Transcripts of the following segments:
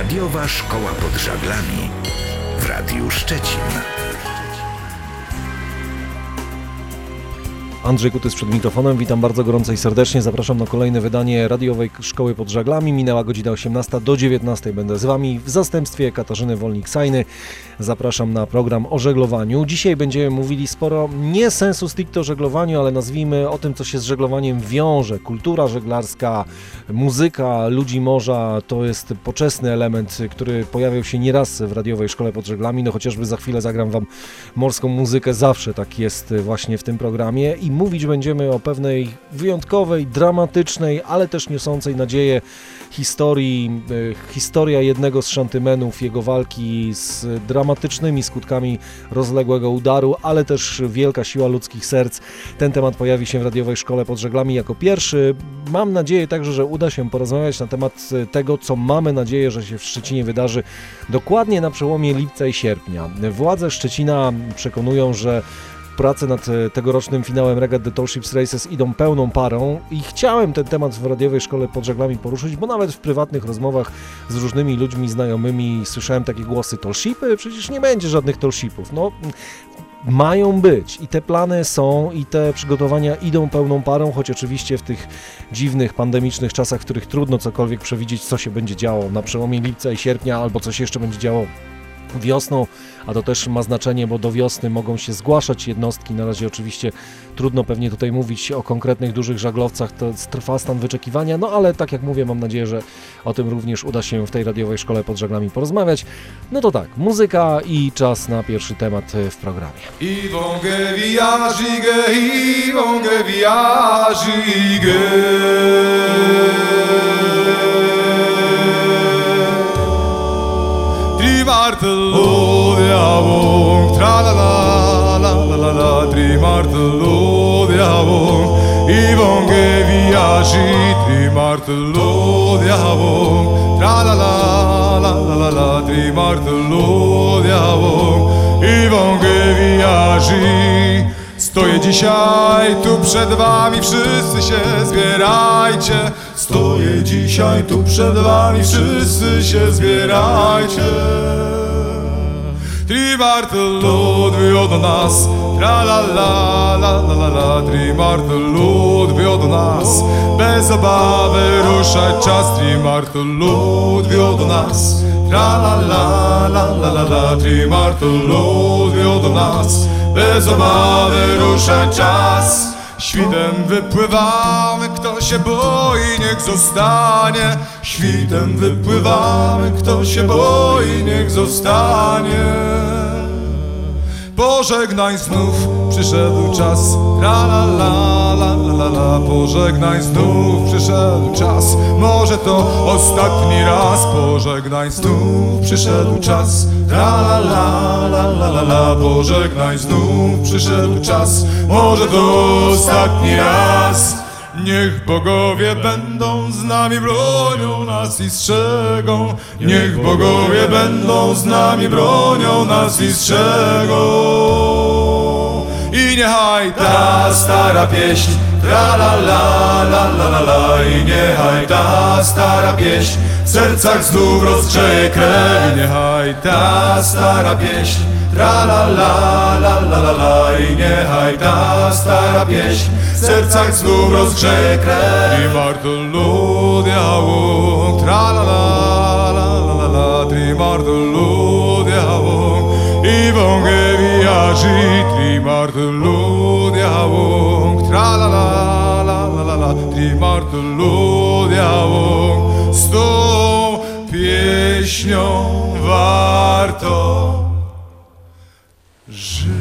Radiowa Szkoła pod Żaglami w Radiu Szczecin. Andrzej Kutys przed mikrofonem, witam bardzo gorąco i serdecznie, zapraszam na kolejne wydanie Radiowej Szkoły pod Żaglami. Minęła godzina 18, do 19 będę z Wami w zastępstwie Katarzyny Wolnik-Sajny. Zapraszam na program o żeglowaniu. Dzisiaj będziemy mówili sporo nie sensu stricte o żeglowaniu, ale nazwijmy o tym, co się z żeglowaniem wiąże. Kultura żeglarska, muzyka ludzi morza to jest poczesny element, który pojawiał się nieraz w Radiowej Szkole pod Żaglami. No chociażby za chwilę zagram Wam morską muzykę, zawsze tak jest właśnie w tym programie. I mówić będziemy o pewnej wyjątkowej, dramatycznej, ale też niosącej nadzieję historii. Historia jednego z shantymenów, jego walki z dramatycznymi skutkami rozległego udaru, ale też wielka siła ludzkich serc. Ten temat pojawi się w Radiowej Szkole pod Żaglami jako pierwszy. Mam nadzieję także, że uda się porozmawiać na temat tego, co mamy nadzieję, że się w Szczecinie wydarzy dokładnie na przełomie lipca i sierpnia. Władze Szczecina przekonują, że prace nad tegorocznym finałem Regat The Tall Ships Races idą pełną parą i chciałem ten temat w Radiowej Szkole pod Żaglami poruszyć, bo nawet w prywatnych rozmowach z różnymi ludźmi, znajomymi słyszałem takie głosy: tall shipy? Przecież nie będzie żadnych tall shipów. No, mają być i te plany są i te przygotowania idą pełną parą, choć oczywiście w tych dziwnych, pandemicznych czasach, w których trudno cokolwiek przewidzieć, co się będzie działo na przełomie lipca i sierpnia, albo co się jeszcze będzie działo wiosną, a to też ma znaczenie, bo do wiosny mogą się zgłaszać jednostki. Na razie oczywiście trudno pewnie tutaj mówić o konkretnych dużych żaglowcach, to trwa stan wyczekiwania, no ale tak jak mówię, mam nadzieję, że o tym również uda się w tej Radiowej Szkole pod Żaglami porozmawiać. No to tak, muzyka i czas na pierwszy temat w programie. Trimartelodiavong, tra-la-la-la-la-la, trimartelodiavong, ivonge viagi, trimartelodiavong, tra-la-la-la-la-la, trimartelodiavong, ivonge viagi. Stoję dzisiaj tu przed wami, wszyscy się zbierajcie. Stoję dzisiaj tu przed wami, wszyscy się zbierajcie. Trimartelud wyjął nas, tra-la-la-la-la-la, Trimartelud wyjął nas. Bez obawy ruszać czas, Trimartelud wyjął nas, tra-la-la-la-la-la, Trimartelud wyjął nas. Bez obawy ruszać czas. Świtem wypływamy, kto się boi, niech zostanie. Świtem wypływamy, kto się boi, niech zostanie. Pożegnaj znów, przyszedł czas, tra-la-la-la-la-la. Pożegnaj znów, przyszedł czas, może to ostatni raz. Pożegnaj znów, przyszedł czas, tra-la-la-la-la-la. Pożegnaj znów, przyszedł czas, może to ostatni raz. Niech bogowie będą z nami, bronią nas i strzegą. Niech bogowie będą z nami, bronią nas i strzegą. I niechaj ta stara pieśń, tra-la-la-la-la-la, i niechaj ta stara pieśń w sercach znów rozgrzeje krew. I niechaj ta stara pieśń, tra-la-la-la-la-la, i niechaj ta stara pieśń w sercach znów rozgrzeje krew. Trimartelodiavong, tra-la-la-la-la-la, Trimartelodiavong, ivonge viagi, Trimartelodiavong, tra-la-la-la-la-la, Trimartelodiavong. Z tą pieśnią warto żyć.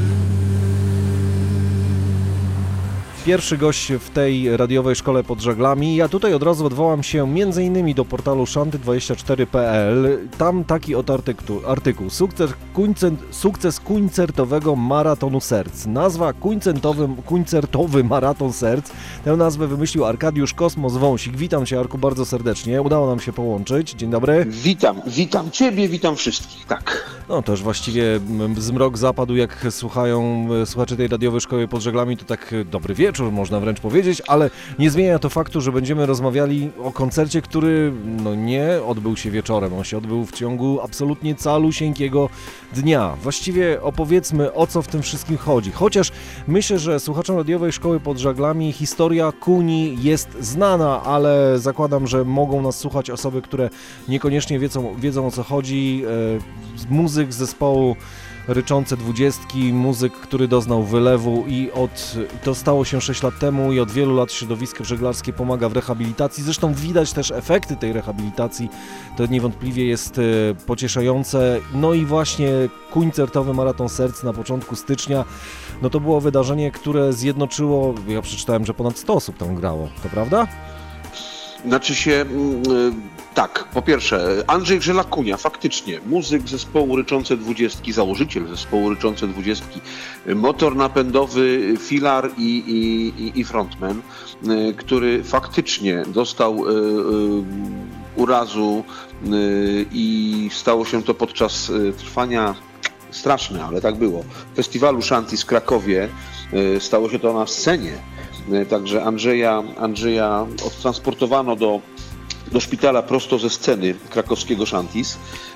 Pierwszy gość w tej Radiowej Szkole pod Żaglami. Ja tutaj od razu odwołam się m.in. do portalu shanty24.pl. Tam taki oto artykuł. Sukces koncertowego maratonu serc. Nazwa koncertowy maraton serc. Tę nazwę wymyślił Arkadiusz Kosmos Wąsik. Witam Cię, Arku, bardzo serdecznie. Udało nam się połączyć. Dzień dobry. Witam Ciebie, witam wszystkich, tak. No to już właściwie zmrok zapadł, jak słuchają słuchacze tej Radiowej Szkoły pod Żaglami, to tak dobry wieczór wieczór, można wręcz powiedzieć, ale nie zmienia to faktu, że będziemy rozmawiali o koncercie, który nie odbył się wieczorem, on się odbył w ciągu absolutnie calusieńkiego dnia. Właściwie opowiedzmy, o co w tym wszystkim chodzi. Chociaż myślę, że słuchaczom radiowej Szkoły pod Żaglami historia Kuni jest znana, ale zakładam, że mogą nas słuchać osoby, które niekoniecznie wiedzą o co chodzi. Muzyk zespołu Ryczące Dwudziestki, muzyk, który doznał wylewu i to stało się 6 lat temu i od wielu lat środowisko żeglarskie pomaga w rehabilitacji. Zresztą widać też efekty tej rehabilitacji, to niewątpliwie jest pocieszające. No i właśnie koncertowy Maraton Serc na początku stycznia, no to było wydarzenie, które zjednoczyło, ja przeczytałem, że ponad 100 osób tam grało, to prawda? Znaczy się, tak, po pierwsze, Andrzej Grzela-Kunia, faktycznie, muzyk zespołu Ryczące Dwudziestki, założyciel zespołu Ryczące Dwudziestki, motor napędowy, filar i frontman, który faktycznie dostał urazu i stało się to podczas trwania, straszne, ale tak było, festiwalu Shanties w Krakowie, stało się to na scenie. Także Andrzeja odtransportowano do szpitala prosto ze sceny krakowskiego Shanties.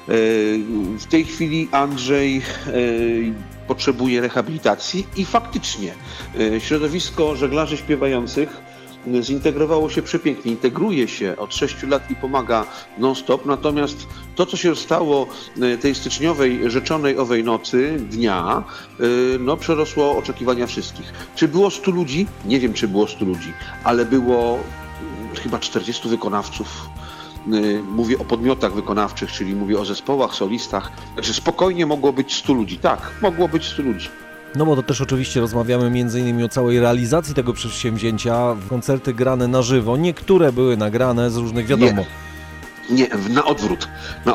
W tej chwili Andrzej potrzebuje rehabilitacji i faktycznie środowisko żeglarzy śpiewających zintegrowało się przepięknie, integruje się od 6 lat i pomaga non-stop, natomiast to, co się stało tej styczniowej rzeczonej owej nocy, dnia, no przerosło oczekiwania wszystkich. Czy było 100 ludzi? Nie wiem, czy było 100 ludzi, ale było chyba 40 wykonawców. Mówię o podmiotach wykonawczych, czyli mówię o zespołach, solistach. Także spokojnie mogło być 100 ludzi. Tak, mogło być 100 ludzi. No bo to też oczywiście rozmawiamy m.in. o całej realizacji tego przedsięwzięcia. Koncerty grane na żywo, niektóre były nagrane z różnych, wiadomo. Nie, na odwrót.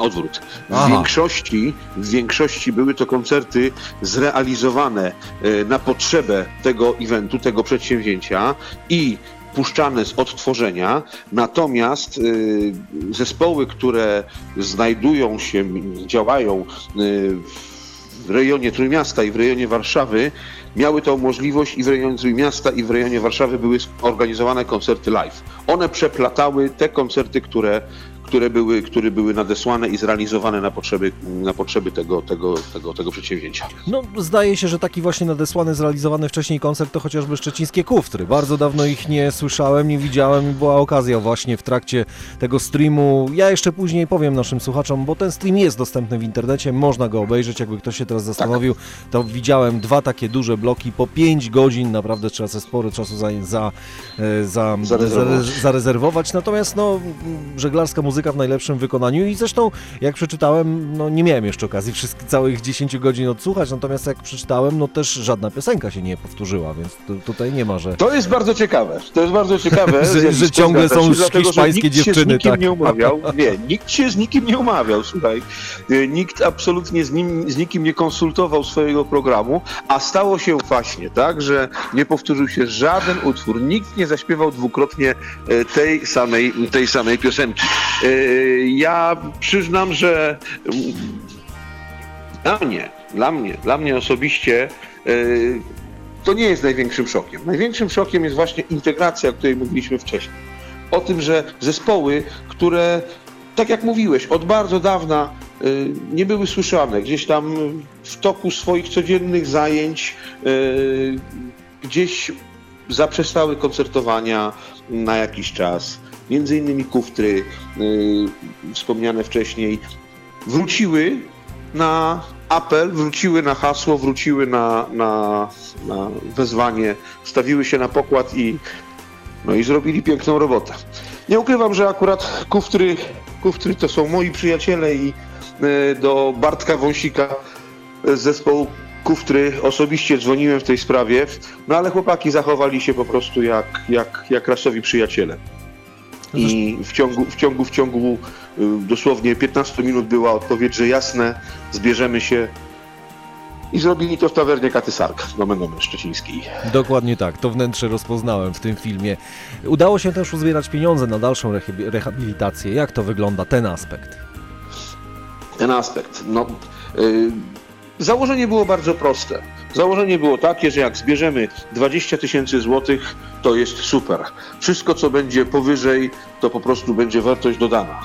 W większości były to koncerty zrealizowane na potrzebę tego eventu, tego przedsięwzięcia i puszczane z odtworzenia, natomiast zespoły, które znajdują się, działają w rejonie Trójmiasta i w rejonie Warszawy, miały tą możliwość i w rejonie Trójmiasta i w rejonie Warszawy były organizowane koncerty live. One przeplatały te koncerty, które były nadesłane i zrealizowane na potrzeby tego przedsięwzięcia. No, zdaje się, że taki właśnie nadesłany, zrealizowany wcześniej koncert to chociażby szczecińskie Kuftry. Bardzo dawno ich nie słyszałem, nie widziałem i była okazja właśnie w trakcie tego streamu. Ja jeszcze później powiem naszym słuchaczom, bo ten stream jest dostępny w internecie, można go obejrzeć, jakby ktoś się teraz zastanowił. Tak. To widziałem 2 takie duże bloki po 5 godzin, naprawdę trzeba sobie spory czasu zarezerwować. Natomiast no, żeglarska muzyka w najlepszym wykonaniu i zresztą jak przeczytałem, no nie miałem jeszcze okazji całych 10 godzin odsłuchać, natomiast jak przeczytałem, no też żadna piosenka się nie powtórzyła, więc tutaj nie ma, że... To jest bardzo ciekawe, że ciągle są hiszpańskie dziewczyny, tak. Nikt się z nikim nie umawiał, słuchaj. Nikt absolutnie z nikim nie konsultował swojego programu, a stało się właśnie tak, że nie powtórzył się żaden utwór, nikt nie zaśpiewał dwukrotnie tej samej piosenki. Ja przyznam, że dla mnie osobiście to nie jest największym szokiem. Największym szokiem jest właśnie integracja, o której mówiliśmy wcześniej. O tym, że zespoły, które, tak jak mówiłeś, od bardzo dawna nie były słyszane, gdzieś tam w toku swoich codziennych zajęć gdzieś zaprzestały koncertowania na jakiś czas. Między innymi Kuftry, wspomniane wcześniej, wróciły na apel, wróciły na hasło, wróciły na wezwanie, stawiły się na pokład i zrobili piękną robotę. Nie ukrywam, że akurat Kuftry to są moi przyjaciele i do Bartka Wąsika z zespołu Kuftry osobiście dzwoniłem w tej sprawie, no ale chłopaki zachowali się po prostu jak rasowi przyjaciele. I w ciągu dosłownie 15 minut była odpowiedź, że jasne, zbierzemy się i zrobili to w tawernie Katysarka, nomen szczecińskiej. Dokładnie tak, to wnętrze rozpoznałem w tym filmie. Udało się też uzbierać pieniądze na dalszą rehabilitację. Jak to wygląda, ten aspekt? Ten aspekt, Założenie było bardzo proste. Założenie było takie, że jak zbierzemy 20 000 złotych, to jest super. Wszystko, co będzie powyżej, to po prostu będzie wartość dodana.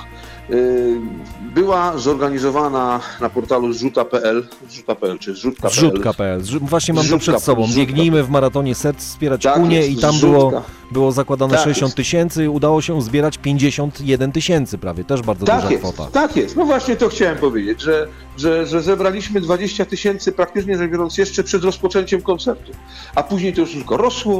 Była zorganizowana na portalu zrzuta.pl czy zrzutka.pl. Zrzutka.pl. Właśnie mam to przed sobą. Biegnijmy w maratonie serc, wspierać tak Kunię jest, i tam było zakładane tak 60 000, udało się zbierać 51 000 prawie, też bardzo duża kwota. Tak jest, no właśnie to chciałem powiedzieć, że zebraliśmy 20 000 praktycznie rzecz biorąc jeszcze przed rozpoczęciem koncertu, a później to już tylko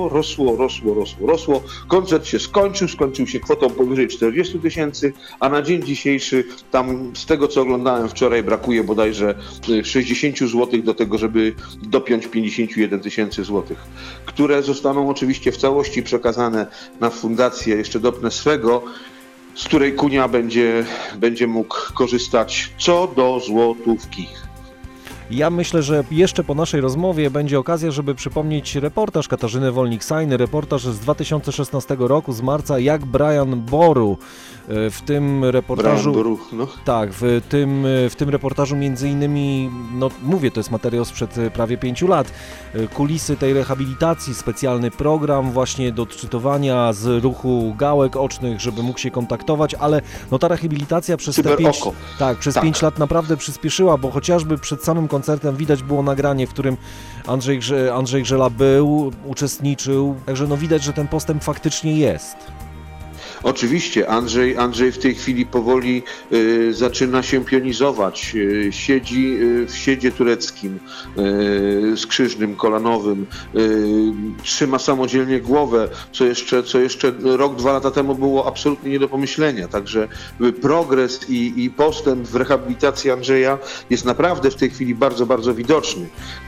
rosło. Koncert się skończył się kwotą powyżej 40 000, a na dzień dzisiejszy tam z tego co oglądałem wczoraj brakuje bodajże 60 zł do tego, żeby dopiąć 51 000 złotych, które zostaną oczywiście w całości przekazane na fundację, jeszcze dopnę swego, z której Kunia będzie mógł korzystać co do złotówki. Ja myślę, że jeszcze po naszej rozmowie będzie okazja, żeby przypomnieć reportaż Katarzyny Wolnik-Sajny, reportaż z 2016 roku, z marca, jak Brian Boru w tym reportażu... Tak, w tym reportażu między innymi, no mówię, to jest materiał sprzed prawie 5 lat, kulisy tej rehabilitacji, specjalny program właśnie do odczytywania z ruchu gałek ocznych, żeby mógł się kontaktować, ale no ta rehabilitacja przez te 5 lat naprawdę przyspieszyła, bo chociażby przed samym koncertem widać było nagranie, w którym Andrzej Grzela uczestniczył, także no widać, że ten postęp faktycznie jest. Oczywiście, Andrzej w tej chwili powoli zaczyna się pionizować. Siedzi w siedzie tureckim, skrzyżnym, kolanowym, trzyma samodzielnie głowę, co jeszcze rok, 2 lata temu było absolutnie nie do pomyślenia. Także progres i postęp w rehabilitacji Andrzeja jest naprawdę w tej chwili bardzo, bardzo widoczny.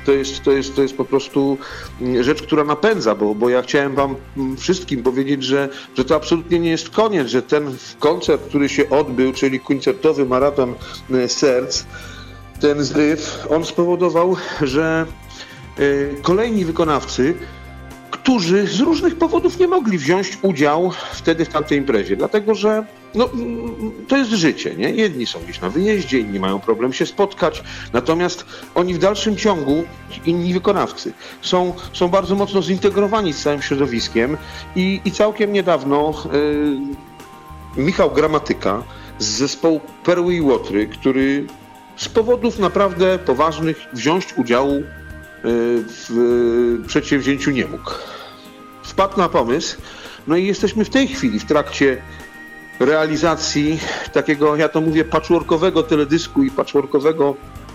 To jest po prostu rzecz, która napędza, bo ja chciałem wam wszystkim powiedzieć, że to absolutnie nie jest koniec, że ten koncert, który się odbył, czyli koncertowy maraton serc, ten zryw, on spowodował, że kolejni wykonawcy, którzy z różnych powodów nie mogli wziąć udziału wtedy w tamtej imprezie, dlatego że no, to jest życie, nie? Jedni są gdzieś na wyjeździe, inni mają problem się spotkać, natomiast oni w dalszym ciągu, inni wykonawcy, są bardzo mocno zintegrowani z całym środowiskiem i całkiem niedawno Michał Gramatyka z zespołu Perły i Łotry, który z powodów naprawdę poważnych wziąć udziału w przedsięwzięciu nie mógł. Wpadł na pomysł, no i jesteśmy w tej chwili w trakcie realizacji takiego, ja to mówię, patchworkowego teledysku i patchworkowego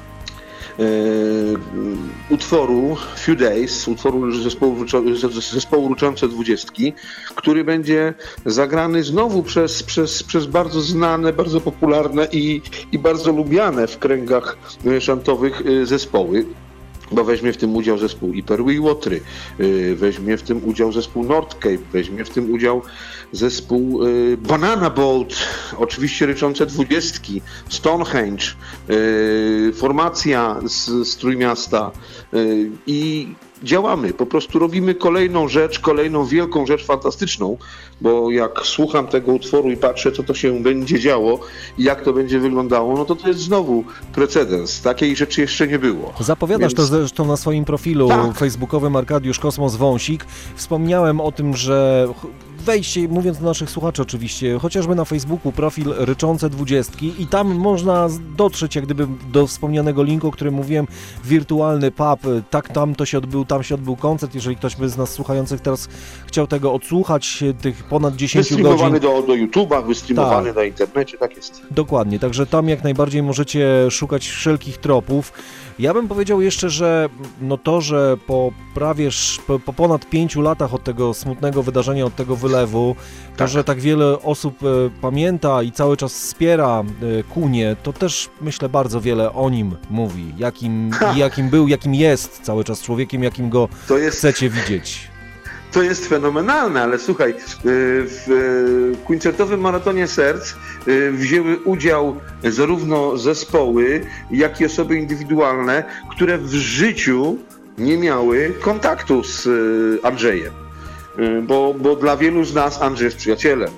utworu Few Days, utworu zespołu Ruczące Dwudziestki, który będzie zagrany znowu przez bardzo znane, bardzo popularne i bardzo lubiane w kręgach szantowych zespoły. Bo weźmie w tym udział zespół i Perły i Łotry, weźmie w tym udział zespół Nordcape, weźmie w tym udział zespół Banana Boat, oczywiście Ryczące Dwudziestki, Stonehenge, formacja z Trójmiasta i działamy, po prostu robimy kolejną wielką rzecz fantastyczną, bo jak słucham tego utworu i patrzę, co to się będzie działo i jak to będzie wyglądało, no to jest znowu precedens. Takiej rzeczy jeszcze nie było. Zapowiadasz to zresztą na swoim profilu facebookowym Arkadiusz Kosmos Wąsik. Wspomniałem o tym, że wejście, mówiąc do naszych słuchaczy oczywiście, chociażby na Facebooku profil Ryczące Dwudziestki i tam można dotrzeć jak gdyby do wspomnianego linku, o którym mówiłem, wirtualny pub, tam się odbył koncert, jeżeli ktoś by z nas słuchających teraz chciał tego odsłuchać, tych ponad 10 godzin. Wystreamowany do YouTube'a, wystreamowany na internecie, tak jest. Dokładnie, także tam jak najbardziej możecie szukać wszelkich tropów. Ja bym powiedział jeszcze, że no to, że po ponad 5 latach od tego smutnego wydarzenia, od tego wylewu, to, że tak wiele osób pamięta i cały czas wspiera Kunię, to też myślę bardzo wiele o nim mówi, jakim był, jakim jest cały czas człowiekiem, jakim go chcecie widzieć. To jest fenomenalne, ale słuchaj, w koncertowym maratonie serc wzięły udział zarówno zespoły, jak i osoby indywidualne, które w życiu nie miały kontaktu z Andrzejem. Bo dla wielu z nas Andrzej jest przyjacielem.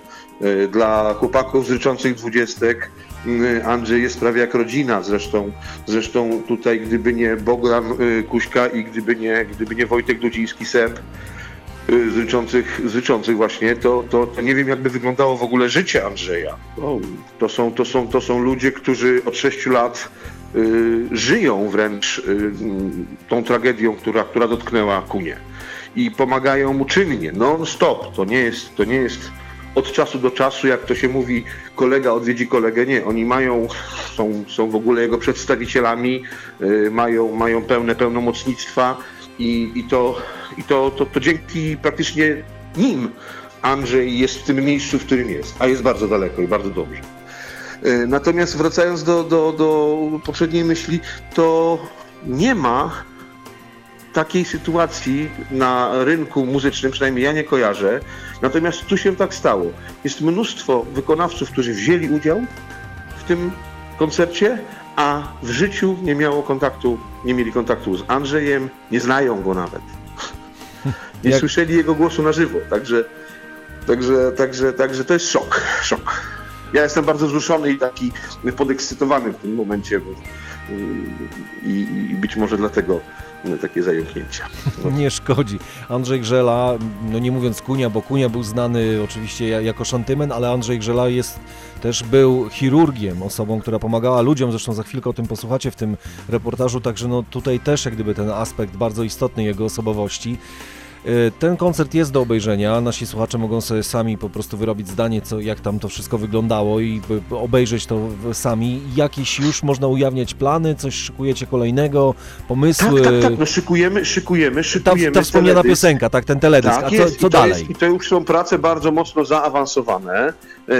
Dla chłopaków z ryczących dwudziestek Andrzej jest prawie jak rodzina. Zresztą tutaj gdyby nie Bogdan Kuśka i gdyby nie Wojtek Dudziński-Sęp z ryczących właśnie, to nie wiem, jakby wyglądało w ogóle życie Andrzeja. To są ludzie, którzy od 6 lat żyją wręcz tą tragedią, która dotknęła Kunię. I pomagają mu czynnie, non-stop. To nie jest od czasu do czasu, jak to się mówi, kolega odwiedzi kolegę. Nie, oni są w ogóle jego przedstawicielami, mają pełne pełnomocnictwa i to dzięki praktycznie nim Andrzej jest w tym miejscu, w którym jest, a jest bardzo daleko i bardzo dobrze. Natomiast wracając do poprzedniej myśli, to nie ma takiej sytuacji na rynku muzycznym, przynajmniej ja nie kojarzę, natomiast tu się tak stało. Jest mnóstwo wykonawców, którzy wzięli udział w tym koncercie, a w życiu nie mieli kontaktu z Andrzejem, nie znają go nawet. Nie słyszeli jego głosu na żywo, także to jest szok. Ja jestem bardzo wzruszony i taki podekscytowany w tym momencie i być może dlatego takie zająknięcia. Nie szkodzi. Andrzej Grzela, no nie mówiąc Kunia, bo Kunia był znany oczywiście jako szantymen, ale Andrzej Grzela też był chirurgiem, osobą, która pomagała ludziom, zresztą za chwilkę o tym posłuchacie w tym reportażu, także no tutaj też jak gdyby ten aspekt bardzo istotny jego osobowości. Ten koncert jest do obejrzenia, nasi słuchacze mogą sobie sami po prostu wyrobić zdanie, jak tam to wszystko wyglądało i obejrzeć to sami. Jakieś już można ujawniać plany, coś szykujecie kolejnego, pomysły? Tak, no szykujemy. Ta wspomniana teledysk. Piosenka, tak, ten teledysk, tak, a co dalej? I to już są prace bardzo mocno zaawansowane,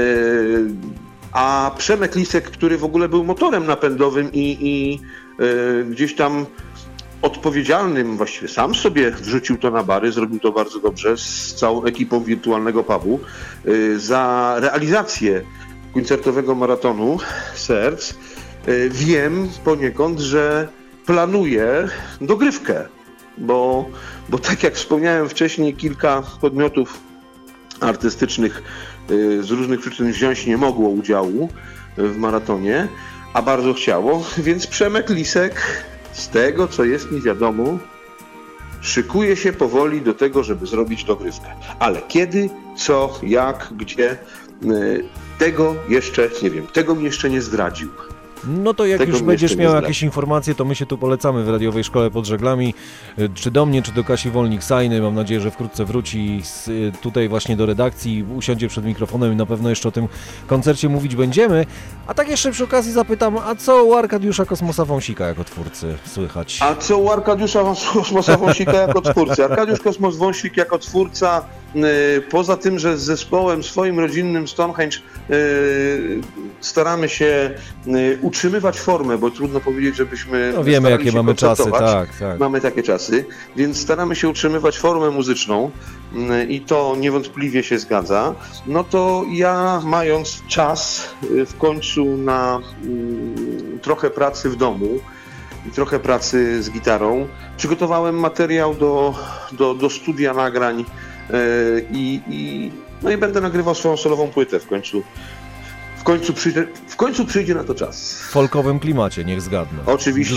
a Przemek Lisek, który w ogóle był motorem napędowym i gdzieś tam odpowiedzialnym, właściwie sam sobie wrzucił to na bary, zrobił to bardzo dobrze z całą ekipą Wirtualnego Pubu za realizację koncertowego maratonu serc. Wiem poniekąd, że planuje dogrywkę, bo tak jak wspomniałem wcześniej, kilka podmiotów artystycznych z różnych przyczyn wziąć nie mogło udziału w maratonie, a bardzo chciało, więc Przemek Lisek, z tego, co jest mi wiadomo, szykuje się powoli do tego, żeby zrobić dogrywkę. Ale kiedy, co, jak, gdzie, tego jeszcze nie wiem. Tego mi jeszcze nie zdradził. No to jak już będziesz miał jakieś informacje, to my się tu polecamy w Radiowej Szkole pod Żaglami, czy do mnie, czy do Kasi Wolnik-Sajny. Mam nadzieję, że wkrótce wróci tutaj właśnie do redakcji, usiądzie przed mikrofonem i na pewno jeszcze o tym koncercie mówić będziemy. A tak jeszcze przy okazji zapytam, a co u Arkadiusza Kosmosa-Wąsika jako twórcy słychać? A co u Arkadiusza Kosmosa-Wąsika jako twórcy? Arkadiusz Kosmos-Wąsik jako twórca, poza tym, że z zespołem swoim rodzinnym Stonehenge staramy się utrzymywać formę, bo trudno powiedzieć, żebyśmy... No wiemy, jakie mamy czasy, tak. Mamy takie czasy, więc staramy się utrzymywać formę muzyczną i to niewątpliwie się zgadza. No to ja, mając czas w końcu na trochę pracy w domu i trochę pracy z gitarą, przygotowałem materiał do studia nagrań i będę nagrywał swoją solową płytę w końcu. W końcu przyjdzie na to czas. W folkowym klimacie, niech zgadnę. Oczywiście,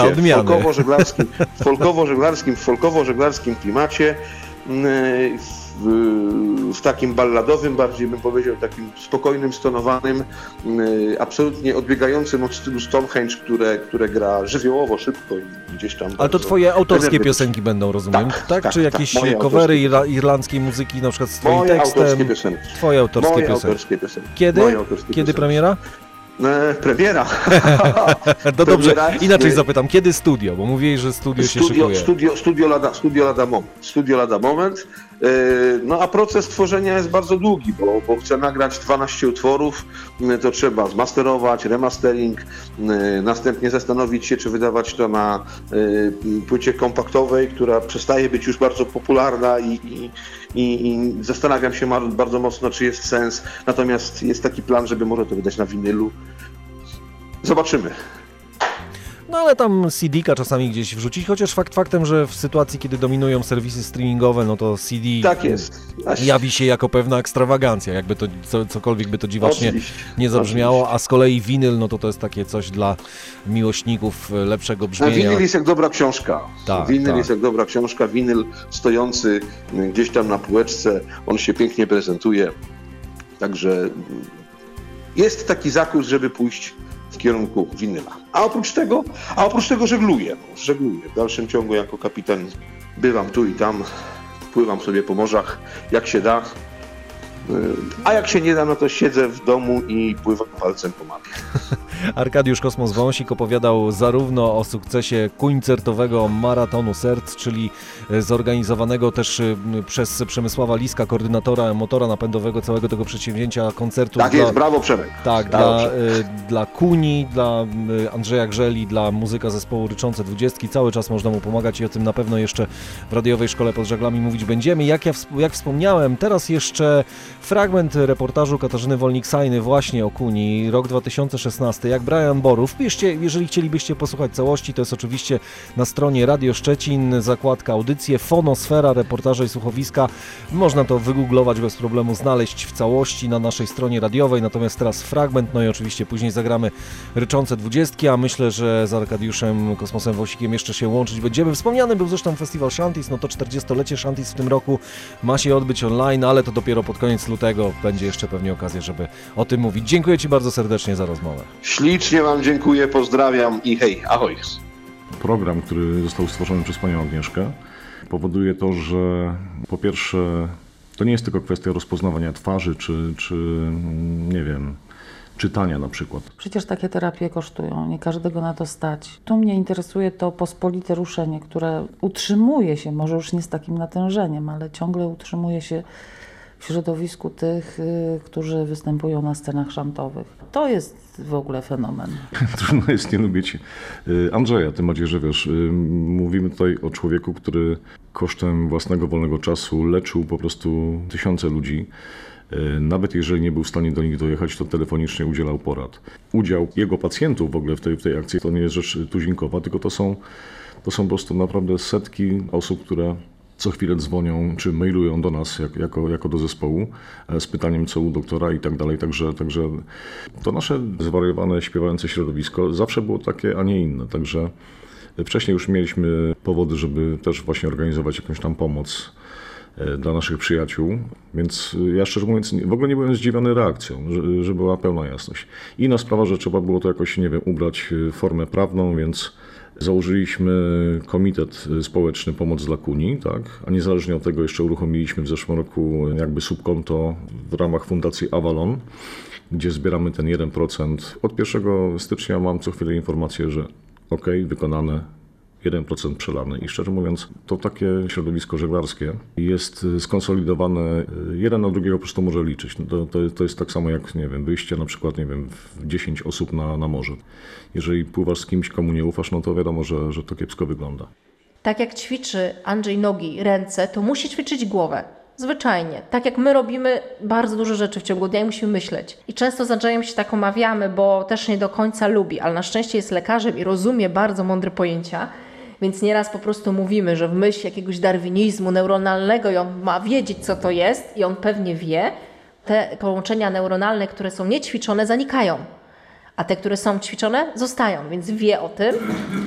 w folkowo-żeglarskim klimacie, w takim balladowym, bardziej bym powiedział, takim spokojnym, stonowanym, absolutnie odbiegającym od stylu Stonehenge, które gra żywiołowo, szybko i gdzieś tam... Ale to twoje autorskie piosenki będą, rozumiem? Tak? Czy jakieś covery irlandzkiej muzyki, na przykład z twoim tekstem? Autorskie piosenki. Twoje autorskie piosenki. Kiedy premiera? Premiera. No dobrze, inaczej zapytam, kiedy studio? Bo mówiłeś, że studio się szykuje. Studio lada moment. No a proces tworzenia jest bardzo długi, bo chcę nagrać 12 utworów, to trzeba zmasterować, remastering, następnie zastanowić się, czy wydawać to na płycie kompaktowej, która przestaje być już bardzo popularna i zastanawiam się bardzo mocno, czy jest sens. Natomiast jest taki plan, żeby może to wydać na winylu. Zobaczymy. no ale tam CD-ka czasami gdzieś wrzucić, chociaż faktem, że w sytuacji, kiedy dominują serwisy streamingowe, no to CD Tak jest. jawi się jako pewna ekstrawagancja, jakby to cokolwiek by to dziwacznie nie zabrzmiało, Oczywiście. a z kolei winyl, no to jest takie coś dla miłośników lepszego brzmienia. Winyl jest jak dobra książka. Tak, Winyl tak. jest jak dobra książka. Winyl stojący gdzieś tam na półeczce, on się pięknie prezentuje. Także jest taki zakus, żeby pójść w kierunku winyla. A oprócz tego żegluję. W dalszym ciągu jako kapitan bywam tu i tam, pływam sobie po morzach, jak się da. A jak się nie da, no to siedzę w domu i pływam palcem po mapie. Arkadiusz Kosmos-Wąsik opowiadał zarówno o sukcesie koncertowego Maratonu Serc, czyli zorganizowanego też przez Przemysława Liska, koordynatora motora napędowego całego tego przedsięwzięcia koncertu. Tak jest, brawo Przemek. Tak, brawo, dla Kuni, dla Andrzeja Grzeli, dla muzyka zespołu Ryczące 20. Cały czas można mu pomagać i o tym na pewno jeszcze w radiowej szkole pod żaglami mówić będziemy. Jak wspomniałem, teraz jeszcze fragment reportażu Katarzyny Wolnik-Sajny właśnie o Kuni, rok 2016, jak Brian Boru. Wpiszcie, jeżeli chcielibyście posłuchać całości, to jest oczywiście na stronie Radio Szczecin, zakładka audycje, fonosfera, reportaże i słuchowiska. Można to wygooglować bez problemu, znaleźć w całości na naszej stronie radiowej, natomiast teraz fragment, no i oczywiście później zagramy Ryczące 20, a myślę, że z Arkadiuszem Kosmosem Wąsikiem jeszcze się łączyć będziemy. Wspomniany był zresztą festiwal Shanties, no to 40-lecie Shanties w tym roku ma się odbyć online, ale to dopiero pod koniec lutego będzie jeszcze pewnie okazja, żeby o tym mówić. Dziękuję Ci bardzo serdecznie za rozmowę. Ślicznie Wam dziękuję, pozdrawiam i hej, ahoj. Program, który został stworzony przez panią Agnieszkę, powoduje to, że po pierwsze to nie jest tylko kwestia rozpoznawania twarzy, czy nie wiem, czytania na przykład. Przecież takie terapie kosztują, nie każdego na to stać. Tu mnie interesuje to pospolite ruszenie, które utrzymuje się, może już nie z takim natężeniem, ale ciągle utrzymuje się w środowisku tych, którzy występują na scenach szantowych. To jest w ogóle fenomen. Trudno jest nie lubić Andrzeja, tym bardziej, że wiesz, mówimy tutaj o człowieku, który kosztem własnego wolnego czasu leczył po prostu tysiące ludzi. Nawet jeżeli nie był w stanie do nich dojechać, to telefonicznie udzielał porad. Udział jego pacjentów w ogóle w tej akcji to nie jest rzecz tuzinkowa, tylko to są po prostu naprawdę setki osób, które co chwilę dzwonią czy mailują do nas jako do zespołu z pytaniem, co u doktora i tak dalej. Także to nasze zwariowane, śpiewające środowisko zawsze było takie, a nie inne. Także wcześniej już mieliśmy powody, żeby też właśnie organizować jakąś tam pomoc dla naszych przyjaciół, więc ja szczerze mówiąc w ogóle nie byłem zdziwiony reakcją, że była pełna jasność. Inna sprawa, że trzeba było to jakoś, nie wiem, ubrać w formę prawną, więc założyliśmy Komitet Społeczny Pomoc dla Kuni, tak? A niezależnie od tego jeszcze uruchomiliśmy w zeszłym roku jakby subkonto w ramach Fundacji Avalon, gdzie zbieramy ten 1%. Od 1 stycznia mam co chwilę informację, że wykonane, 1% przelany. I szczerze mówiąc, to takie środowisko żeglarskie jest skonsolidowane, jeden na drugiego po prostu może liczyć. To jest tak samo jak, nie wiem, wyjście na przykład, nie wiem, w 10 osób na morze. Jeżeli pływasz z kimś, komu nie ufasz, no to wiadomo, że to kiepsko wygląda. Tak jak ćwiczy Andrzej nogi, ręce, to musi ćwiczyć głowę. Zwyczajnie. Tak jak my robimy bardzo dużo rzeczy w ciągu dnia i musimy myśleć. I często z Andrzejem się tak omawiamy, bo też nie do końca lubi, ale na szczęście jest lekarzem i rozumie bardzo mądre pojęcia, więc nieraz po prostu mówimy, że w myśl jakiegoś darwinizmu neuronalnego i on ma wiedzieć, co to jest i on pewnie wie, te połączenia neuronalne, które są niećwiczone, zanikają, a te, które są ćwiczone, zostają, więc wie o tym.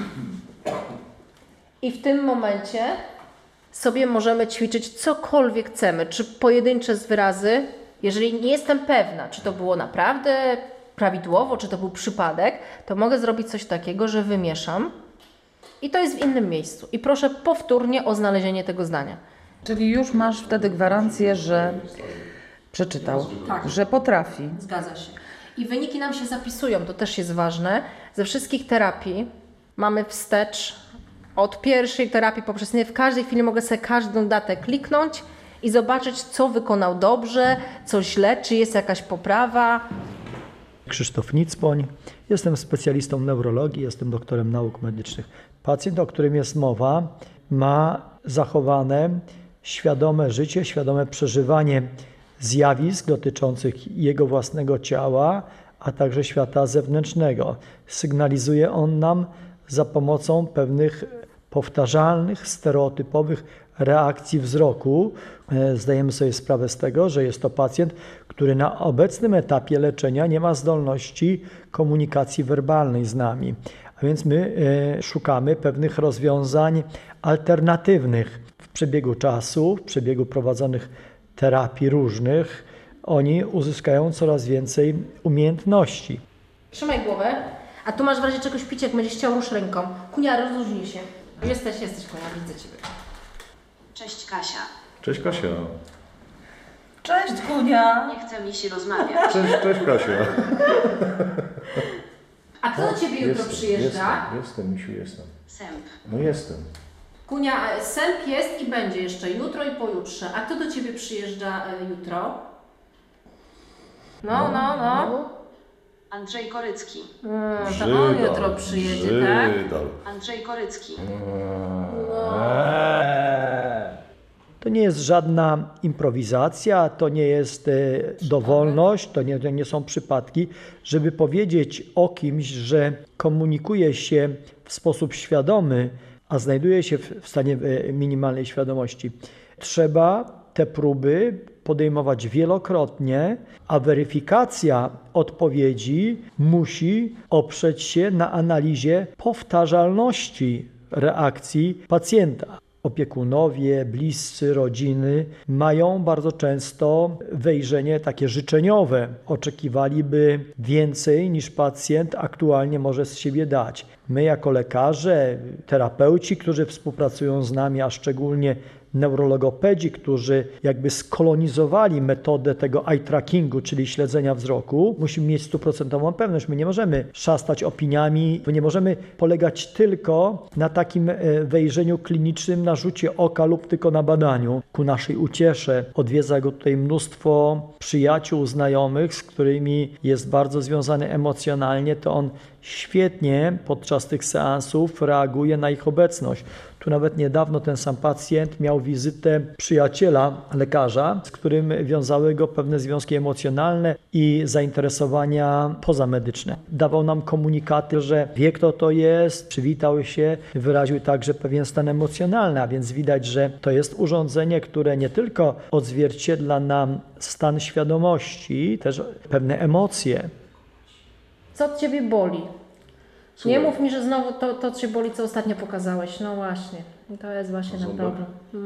I w tym momencie sobie możemy ćwiczyć cokolwiek chcemy, czy pojedyncze wyrazy. Jeżeli nie jestem pewna, czy to było naprawdę prawidłowo, czy to był przypadek, to mogę zrobić coś takiego, że wymieszam i to jest w innym miejscu. I proszę powtórnie o znalezienie tego zdania. Czyli już masz wtedy gwarancję, że przeczytał, że potrafi. Zgadza się. I wyniki nam się zapisują, to też jest ważne. Ze wszystkich terapii mamy wstecz od pierwszej terapii poprzez nie. W każdej chwili mogę sobie każdą datę kliknąć i zobaczyć, co wykonał dobrze, co źle, czy jest jakaś poprawa. Krzysztof Nicpoń. Jestem specjalistą neurologii, jestem doktorem nauk medycznych. Pacjent, o którym jest mowa, ma zachowane świadome życie, świadome przeżywanie zjawisk dotyczących jego własnego ciała, a także świata zewnętrznego. Sygnalizuje on nam za pomocą pewnych powtarzalnych, stereotypowych reakcji wzroku. Zdajemy sobie sprawę z tego, że jest to pacjent, który na obecnym etapie leczenia nie ma zdolności komunikacji werbalnej z nami. A więc my szukamy pewnych rozwiązań alternatywnych. W przebiegu czasu, w przebiegu prowadzonych terapii różnych, oni uzyskają coraz więcej umiejętności. Trzymaj głowę, a tu masz w razie czegoś pić, jak będziesz chciał, rusz ręką. Kunia, rozluźnij się. Jesteś Kunia, widzę Ciebie. Cześć Kasia. Cześć Kasia. Cześć Kunia. Nie chce mi się rozmawiać. Cześć Kasia. A kto do Ciebie jutro przyjeżdża? Jestem, Misiu, jestem. Sęp. No jestem. Kunia, sęp jest i będzie jeszcze jutro i pojutrze. A kto do Ciebie przyjeżdża jutro? No. Andrzej Korycki. To on jutro przyjedzie, tak? Andrzej Korycki. To nie jest żadna improwizacja, to nie jest dowolność, to nie są przypadki, żeby powiedzieć o kimś, że komunikuje się w sposób świadomy, a znajduje się w stanie minimalnej świadomości. Trzeba te próby podejmować wielokrotnie, a weryfikacja odpowiedzi musi oprzeć się na analizie powtarzalności reakcji pacjenta. Opiekunowie, bliscy, rodziny mają bardzo często wejrzenie takie życzeniowe. Oczekiwaliby więcej niż pacjent aktualnie może z siebie dać. My jako lekarze, terapeuci, którzy współpracują z nami, a szczególnie neurologopedzi, którzy jakby skolonizowali metodę tego eye trackingu, czyli śledzenia wzroku, musimy mieć 100% pewność. My nie możemy szastać opiniami, nie możemy polegać tylko na takim wejrzeniu klinicznym, na rzucie oka lub tylko na badaniu. Ku naszej uciesze odwiedza go tutaj mnóstwo przyjaciół, znajomych, z którymi jest bardzo związany emocjonalnie, to on świetnie podczas tych seansów reaguje na ich obecność. Tu nawet niedawno ten sam pacjent miał wizytę przyjaciela, lekarza, z którym wiązały go pewne związki emocjonalne i zainteresowania pozamedyczne. Dawał nam komunikaty, że wie, kto to jest, przywitał się, wyraził także pewien stan emocjonalny, a więc widać, że to jest urządzenie, które nie tylko odzwierciedla nam stan świadomości, też pewne emocje. Co od Ciebie boli? Słuchaj. Nie mów mi, że znowu to Cię boli, co ostatnio pokazałeś. No właśnie. To jest właśnie ten problem.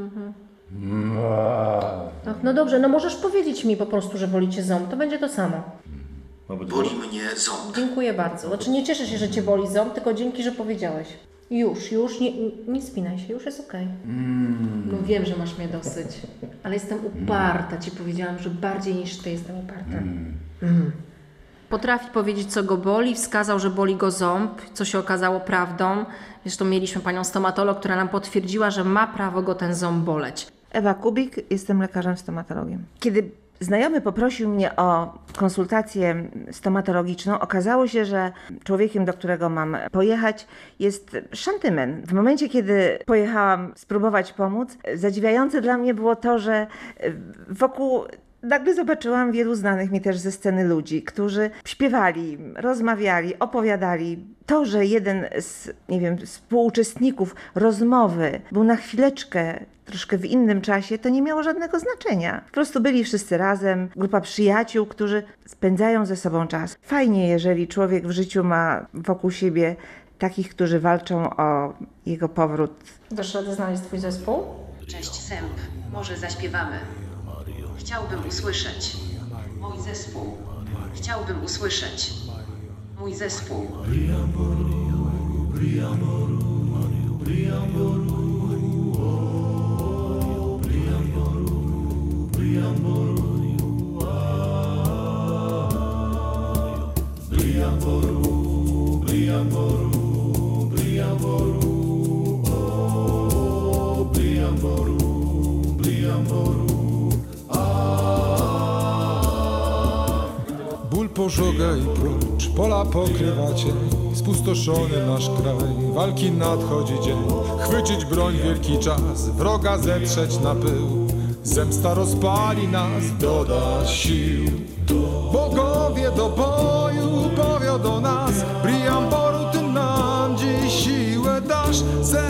Ach, no dobrze, no możesz powiedzieć mi po prostu, że boli Cię ząb. To będzie to samo. Boli mnie ząb. Dziękuję bardzo. Znaczy nie cieszę się, że Cię boli ząb, tylko dzięki, że powiedziałeś. Już, nie spinaj się, już jest okej. No wiem, że masz mnie dosyć, ale jestem uparta. Ci powiedziałam, że bardziej niż Ty jestem uparta. Potrafi powiedzieć, co go boli, wskazał, że boli go ząb, co się okazało prawdą. Zresztą mieliśmy panią stomatolog, która nam potwierdziła, że ma prawo go ten ząb boleć. Ewa Kubik, jestem lekarzem stomatologiem. Kiedy znajomy poprosił mnie o konsultację stomatologiczną, okazało się, że człowiekiem, do którego mam pojechać, jest Shantymen. W momencie, kiedy pojechałam spróbować pomóc, zadziwiające dla mnie było to, że wokół nagle zobaczyłam wielu znanych mi też ze sceny ludzi, którzy śpiewali, rozmawiali, opowiadali. To, że jeden z, współuczestników rozmowy był na chwileczkę troszkę w innym czasie, to nie miało żadnego znaczenia. Po prostu byli wszyscy razem, grupa przyjaciół, którzy spędzają ze sobą czas. Fajnie, jeżeli człowiek w życiu ma wokół siebie takich, którzy walczą o jego powrót. Dasz radę znaleźć Twój zespół? Cześć Sęp, może zaśpiewamy. Chciałbym usłyszeć mój zespół. Chciałbym usłyszeć mój zespół. Ból pożoga i prócz pola pokrywa cień. Spustoszony nasz kraj, walki nadchodzi dzień. Chwycić broń wielki czas, wroga zetrzeć na pył. Zemsta rozpali nas, doda sił. Bogowie do boju powiodą nas, Briamboru tym nam dziś sił.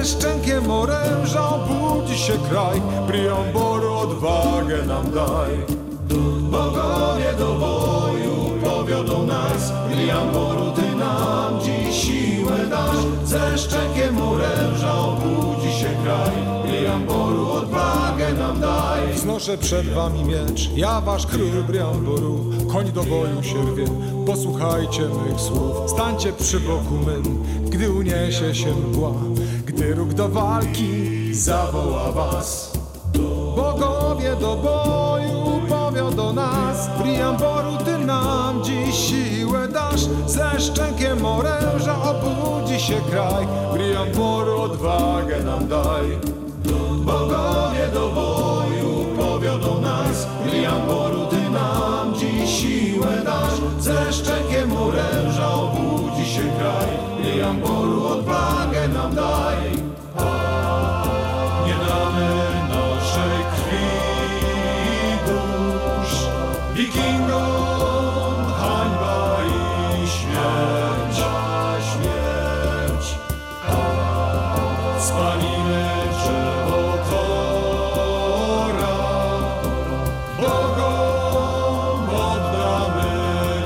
ze szczękiem oręża obudzi się kraj, Priamboru odwagę nam daj. Bogowie do boju powiodą nas, Priamboru ty nam dziś siłę dasz. Ze szczękiem oręża obudzi się kraj, Priamboru odwagę nam daj. Wznoszę przed wami miecz, ja wasz król Priamboru, koń do boju się rwie, posłuchajcie mych słów. Stańcie przy boku mym, gdy uniesie się mgła, gdy róg do walki zawoła was. Bogowie do boju powiodą nas, Priamboru ty nam dziś siłę dasz. Ze szczękiem oręża obudzi się kraj, Priamboru odwagę nam daj. Bogowie do boju powiodą nas, Priamboru ty nam dziś siłę dasz. Ze szczękiem oręża obudzi się kraj, Priamboru odwagę nam daj. Nie damy naszej krwi dusz, wikingom hańba i śmierć. Spalimy drzewo Tora, Bogom oddamy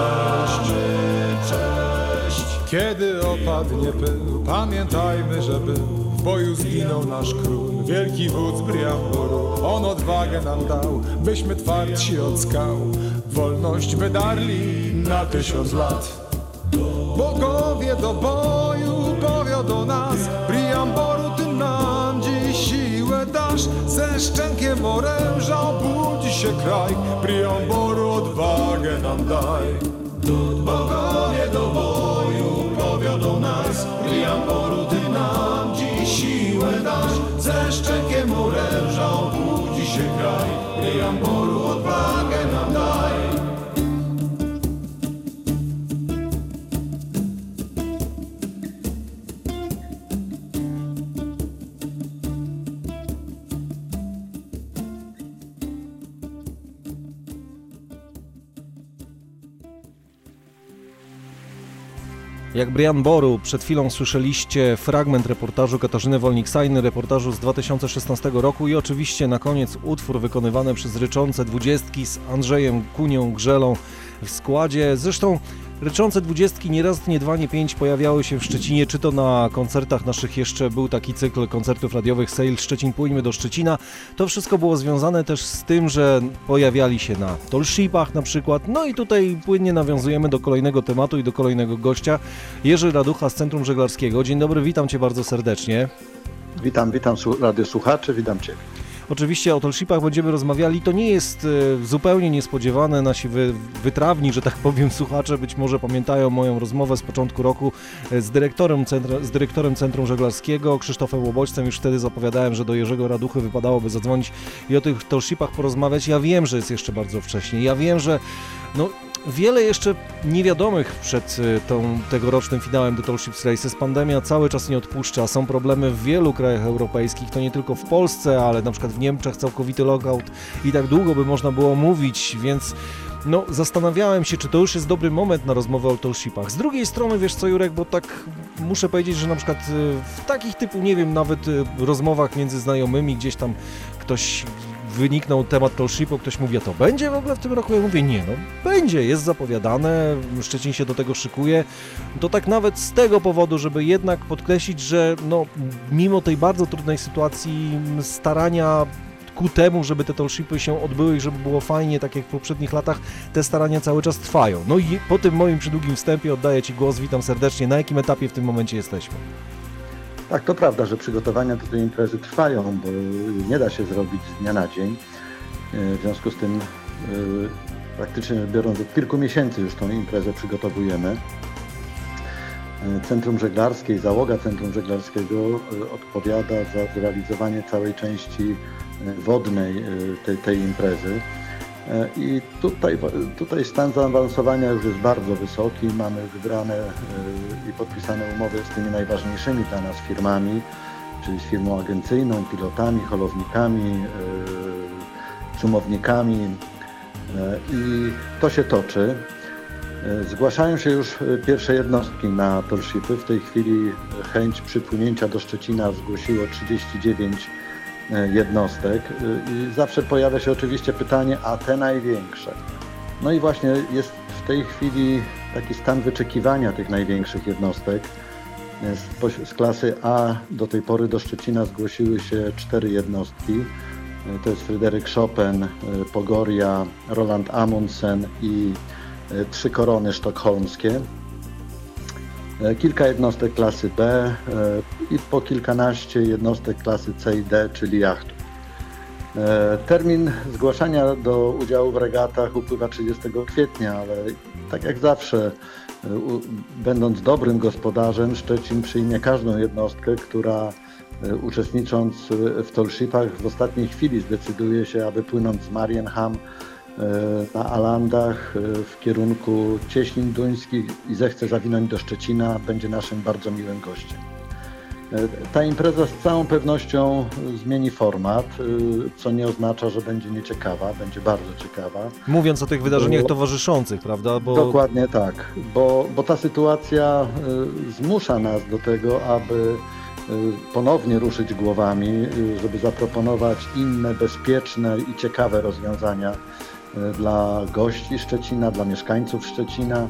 cześć. Kiedy opadnie pył, pamiętajmy, że był w boju zginął nasz król, wielki wódz Priamboru. On odwagę nam dał, byśmy twardsi od skał, wolność wydarli na 1000 lat. Bogowie do boju powiodą nas, Priamboru ty nam dziś siłę dasz. Ze szczękiem oręża obudzi się kraj, Priamboru odwagę nam daj. Bogowie do boju powiodą nas, Priamboru ty nam dziś siłę dasz. Ze szczękiem oręża obudzi się kraj, Priamboru odwagę nam daj. Jak Priamboru, przed chwilą słyszeliście fragment reportażu Katarzyny Wolnik-Sajny, reportażu z 2016 roku i oczywiście na koniec utwór wykonywany przez Ryczące Dwudziestki z Andrzejem Kunią Grzelą w składzie. Zresztą Ryczące Dwudziestki nie raz, nie dwa, nie pięć pojawiały się w Szczecinie, czy to na koncertach naszych, jeszcze był taki cykl koncertów radiowych Sejl Szczecin, Pójdźmy do Szczecina. To wszystko było związane też z tym, że pojawiali się na Tallshipach na przykład. No i tutaj płynnie nawiązujemy do kolejnego tematu i do kolejnego gościa. Jerzy Raducha z Centrum Żeglarskiego. Dzień dobry, witam Cię bardzo serdecznie. Witam radiosłuchaczy, witam Cię. Oczywiście o Tallshipach będziemy rozmawiali. To nie jest zupełnie niespodziewane. Nasi wytrawni, że tak powiem, słuchacze być może pamiętają moją rozmowę z początku roku z dyrektorem Centrum Żeglarskiego, Krzysztofem Łobodźcem. Już wtedy zapowiadałem, że do Jerzego Raduchy wypadałoby zadzwonić i o tych Tallshipach porozmawiać. Ja wiem, że jest jeszcze bardzo wcześnie. Ja wiem, że wiele jeszcze niewiadomych przed tegorocznym finałem The Tallships Races. Pandemia cały czas nie odpuszcza. Są problemy w wielu krajach europejskich. To nie tylko w Polsce, ale na przykład w Niemczech całkowity lockout i tak długo by można było mówić, więc zastanawiałem się, czy to już jest dobry moment na rozmowę o Tallshipach. Z drugiej strony, wiesz co, Jurek, bo tak muszę powiedzieć, że na przykład w takich typu, nie wiem, nawet rozmowach między znajomymi gdzieś tam ktoś wyniknął temat Tallshipu, ktoś mówi, a to będzie w ogóle w tym roku? Ja mówię, nie, będzie, jest zapowiadane, Szczecin się do tego szykuje. To tak nawet z tego powodu, żeby jednak podkreślić, że mimo tej bardzo trudnej sytuacji starania ku temu, żeby te Tallshipy się odbyły i żeby było fajnie, tak jak w poprzednich latach, te starania cały czas trwają. No i po tym moim przydługim wstępie oddaję Ci głos, witam serdecznie. Na jakim etapie w tym momencie jesteśmy? Tak, to prawda, że przygotowania do tej imprezy trwają, bo nie da się zrobić z dnia na dzień. W związku z tym praktycznie biorąc od kilku miesięcy już tą imprezę przygotowujemy. Centrum Żeglarskie i załoga Centrum Żeglarskiego odpowiada za zrealizowanie całej części wodnej tej imprezy. I tutaj stan zaawansowania już jest bardzo wysoki. Mamy wybrane i podpisane umowy z tymi najważniejszymi dla nas firmami, czyli z firmą agencyjną, pilotami, holownikami, cumownikami. I to się toczy. Zgłaszają się już pierwsze jednostki na tollshipy. W tej chwili chęć przypłynięcia do Szczecina zgłosiło 39 jednostek i zawsze pojawia się oczywiście pytanie, a te największe? No i właśnie jest w tej chwili taki stan wyczekiwania tych największych jednostek. Z klasy A do tej pory do Szczecina zgłosiły się 4 jednostki. To jest Fryderyk Chopin, Pogoria, Roland Amundsen i 3 korony sztokholmskie. Kilka jednostek klasy B i po kilkanaście jednostek klasy C i D, czyli jachtów. Termin zgłaszania do udziału w regatach upływa 30 kwietnia, ale tak jak zawsze, będąc dobrym gospodarzem, Szczecin przyjmie każdą jednostkę, która uczestnicząc w tollshipach w ostatniej chwili zdecyduje się, aby płynąc z Marienham na Alandach w kierunku Cieśnin Duńskich i zechce zawinąć do Szczecina, będzie naszym bardzo miłym gościem. Ta impreza z całą pewnością zmieni format, co nie oznacza, że będzie nieciekawa, będzie bardzo ciekawa. Mówiąc o tych wydarzeniach towarzyszących, prawda? Dokładnie tak, bo ta sytuacja zmusza nas do tego, aby ponownie ruszyć głowami, żeby zaproponować inne, bezpieczne i ciekawe rozwiązania dla gości Szczecina, dla mieszkańców Szczecina.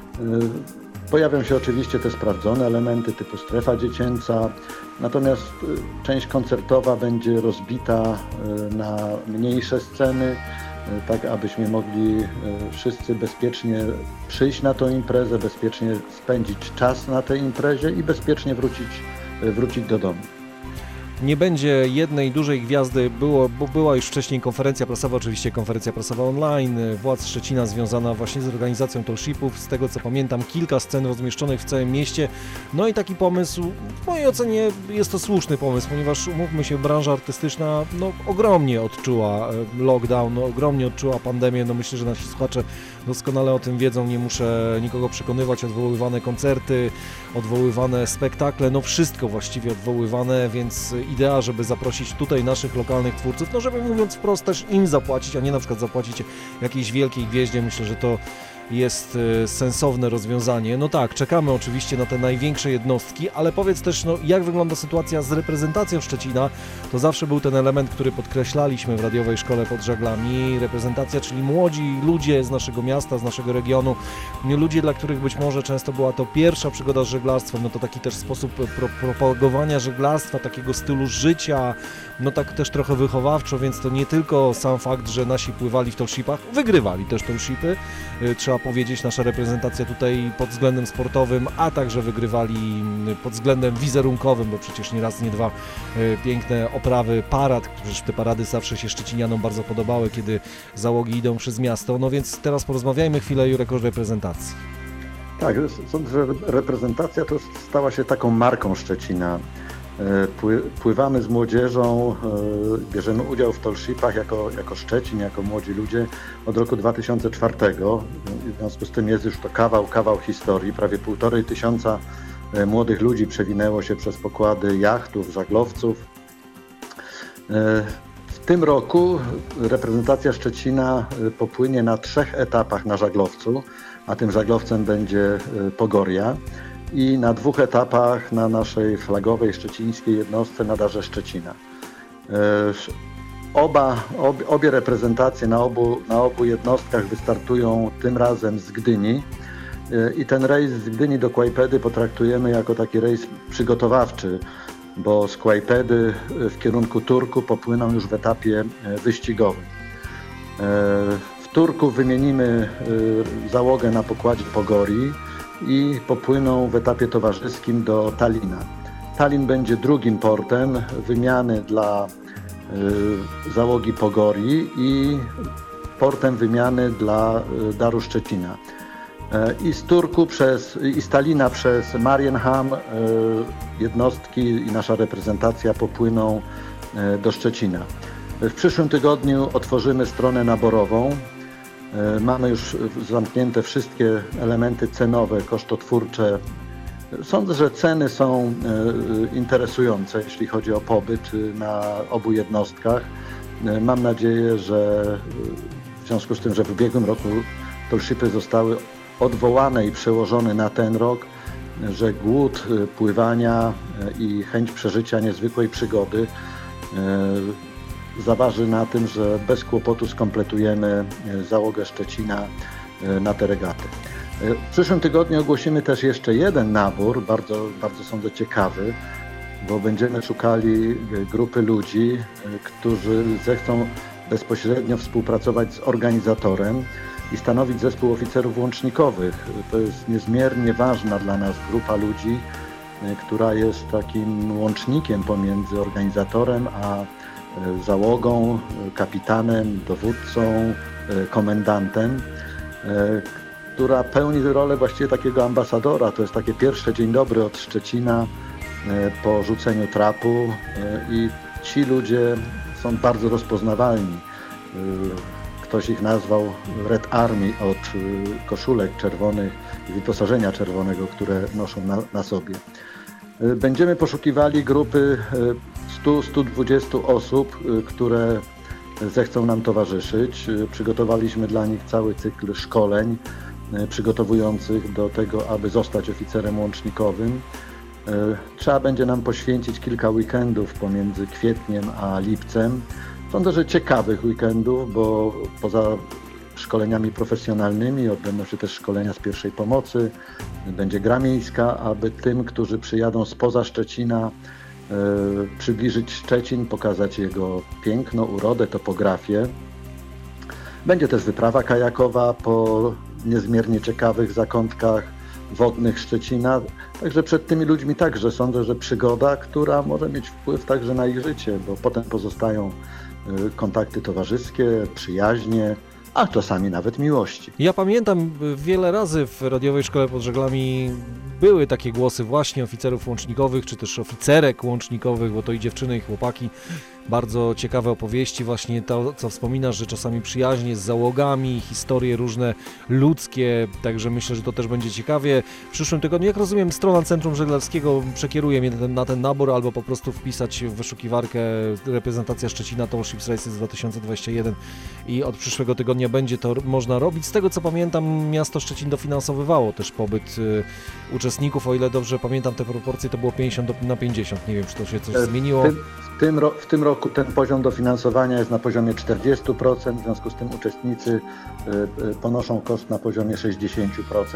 Pojawią się oczywiście te sprawdzone elementy typu strefa dziecięca, natomiast część koncertowa będzie rozbita na mniejsze sceny, tak abyśmy mogli wszyscy bezpiecznie przyjść na tę imprezę, bezpiecznie spędzić czas na tej imprezie i bezpiecznie wrócić do domu. Nie będzie jednej dużej gwiazdy, bo była już wcześniej konferencja prasowa, oczywiście konferencja prasowa online, władz Szczecina związana właśnie z organizacją tollshipów, z tego co pamiętam kilka scen rozmieszczonych w całym mieście, no i taki pomysł, w mojej ocenie jest to słuszny pomysł, ponieważ umówmy się, branża artystyczna ogromnie odczuła lockdown, ogromnie odczuła pandemię, myślę, że nasi słuchacze doskonale o tym wiedzą, nie muszę nikogo przekonywać, odwoływane koncerty, odwoływane spektakle, wszystko właściwie odwoływane, więc idea, żeby zaprosić tutaj naszych lokalnych twórców, żeby mówiąc wprost też im zapłacić, a nie na przykład zapłacić jakiejś wielkiej gwieździe, myślę, że to jest sensowne rozwiązanie. Tak, czekamy oczywiście na te największe jednostki, ale powiedz też, jak wygląda sytuacja z reprezentacją Szczecina. To zawsze był ten element, który podkreślaliśmy w Radiowej Szkole pod Żaglami. Reprezentacja, czyli młodzi ludzie z naszego miasta, z naszego regionu, ludzie, dla których być może często była to pierwsza przygoda z żeglarstwem, to taki też sposób propagowania żeglarstwa, takiego stylu życia, tak też trochę wychowawczo, więc to nie tylko sam fakt, że nasi pływali w tollshipach, wygrywali też tollshipy, trzeba powiedzieć, nasza reprezentacja tutaj pod względem sportowym, a także wygrywali pod względem wizerunkowym, bo przecież nie raz, nie dwa piękne oprawy parad, przecież te parady zawsze się Szczecinianom bardzo podobały, kiedy załogi idą przez miasto, więc teraz porozmawiajmy chwilę, Jurek, o reprezentacji. Tak, sądzę, że reprezentacja to stała się taką marką Szczecina. Pływamy z młodzieżą, bierzemy udział w tollshipach jako Szczecin, jako młodzi ludzie od roku 2004. W związku z tym jest już to kawał historii. Prawie 1500 młodych ludzi przewinęło się przez pokłady jachtów, żaglowców. W tym roku reprezentacja Szczecina popłynie na 3 etapach na żaglowcu, a tym żaglowcem będzie Pogoria. I na 2 etapach na naszej flagowej szczecińskiej jednostce na Darze Szczecina. Obie reprezentacje na obu jednostkach wystartują tym razem z Gdyni i ten rejs z Gdyni do Kłajpedy potraktujemy jako taki rejs przygotowawczy, bo z Kłajpedy w kierunku Turku popłyną już w etapie wyścigowym. W Turku wymienimy załogę na pokładzie Pogorii i popłyną w etapie towarzyskim do Tallina. Tallin będzie drugim portem wymiany dla załogi Pogorii i portem wymiany dla Daru Szczecina. I z Turku i z Tallina przez Marienham jednostki i nasza reprezentacja popłyną do Szczecina. W przyszłym tygodniu otworzymy stronę naborową. Mamy już zamknięte wszystkie elementy cenowe, kosztotwórcze. Sądzę, że ceny są interesujące, jeśli chodzi o pobyt na obu jednostkach. Mam nadzieję, że w związku z tym, że w ubiegłym roku tollshipy zostały odwołane i przełożone na ten rok, że głód pływania i chęć przeżycia niezwykłej przygody zaważy na tym, że bez kłopotu skompletujemy załogę Szczecina na te regaty. W przyszłym tygodniu ogłosimy też jeszcze jeden nabór, bardzo sądzę ciekawy, bo będziemy szukali grupy ludzi, którzy zechcą bezpośrednio współpracować z organizatorem i stanowić zespół oficerów łącznikowych. To jest niezmiernie ważna dla nas grupa ludzi, która jest takim łącznikiem pomiędzy organizatorem a załogą, kapitanem, dowódcą, komendantem, która pełni rolę właściwie takiego ambasadora. To jest takie pierwsze dzień dobry od Szczecina po rzuceniu trapu i ci ludzie są bardzo rozpoznawalni. Ktoś ich nazwał Red Army od koszulek czerwonych i wyposażenia czerwonego, które noszą na sobie. Będziemy poszukiwali grupy 100-120 osób, które zechcą nam towarzyszyć. Przygotowaliśmy dla nich cały cykl szkoleń przygotowujących do tego, aby zostać oficerem łącznikowym. Trzeba będzie nam poświęcić kilka weekendów pomiędzy kwietniem a lipcem. Sądzę, że ciekawych weekendów, bo poza szkoleniami profesjonalnymi odbędą się też szkolenia z pierwszej pomocy, będzie gra miejska, aby tym, którzy przyjadą spoza Szczecina, przybliżyć Szczecin, pokazać jego piękno, urodę, topografię. Będzie też wyprawa kajakowa po niezmiernie ciekawych zakątkach wodnych Szczecina. Także przed tymi ludźmi także sądzę, że przygoda, która może mieć wpływ także na ich życie, bo potem pozostają kontakty towarzyskie, przyjaźnie, a czasami nawet miłości. Ja pamiętam, wiele razy w radiowej szkole pod żaglami były takie głosy właśnie oficerów łącznikowych, czy też oficerek łącznikowych, bo to i dziewczyny, i chłopaki. Bardzo ciekawe opowieści, właśnie to, co wspominasz, że czasami przyjaźnie z załogami, historie różne ludzkie, także myślę, że to też będzie ciekawie. W przyszłym tygodniu, jak rozumiem, strona Centrum Żeglarskiego przekieruje mnie na ten nabór, albo po prostu wpisać w wyszukiwarkę reprezentacja Szczecina Tall Ships Races 2021 i od przyszłego tygodnia będzie to można robić. Z tego, co pamiętam, miasto Szczecin dofinansowywało też pobyt uczestników, o ile dobrze pamiętam te proporcje, to było 50/50. Nie wiem, czy to się coś zmieniło. W tym roku ten poziom dofinansowania jest na poziomie 40%, w związku z tym uczestnicy ponoszą koszt na poziomie 60%.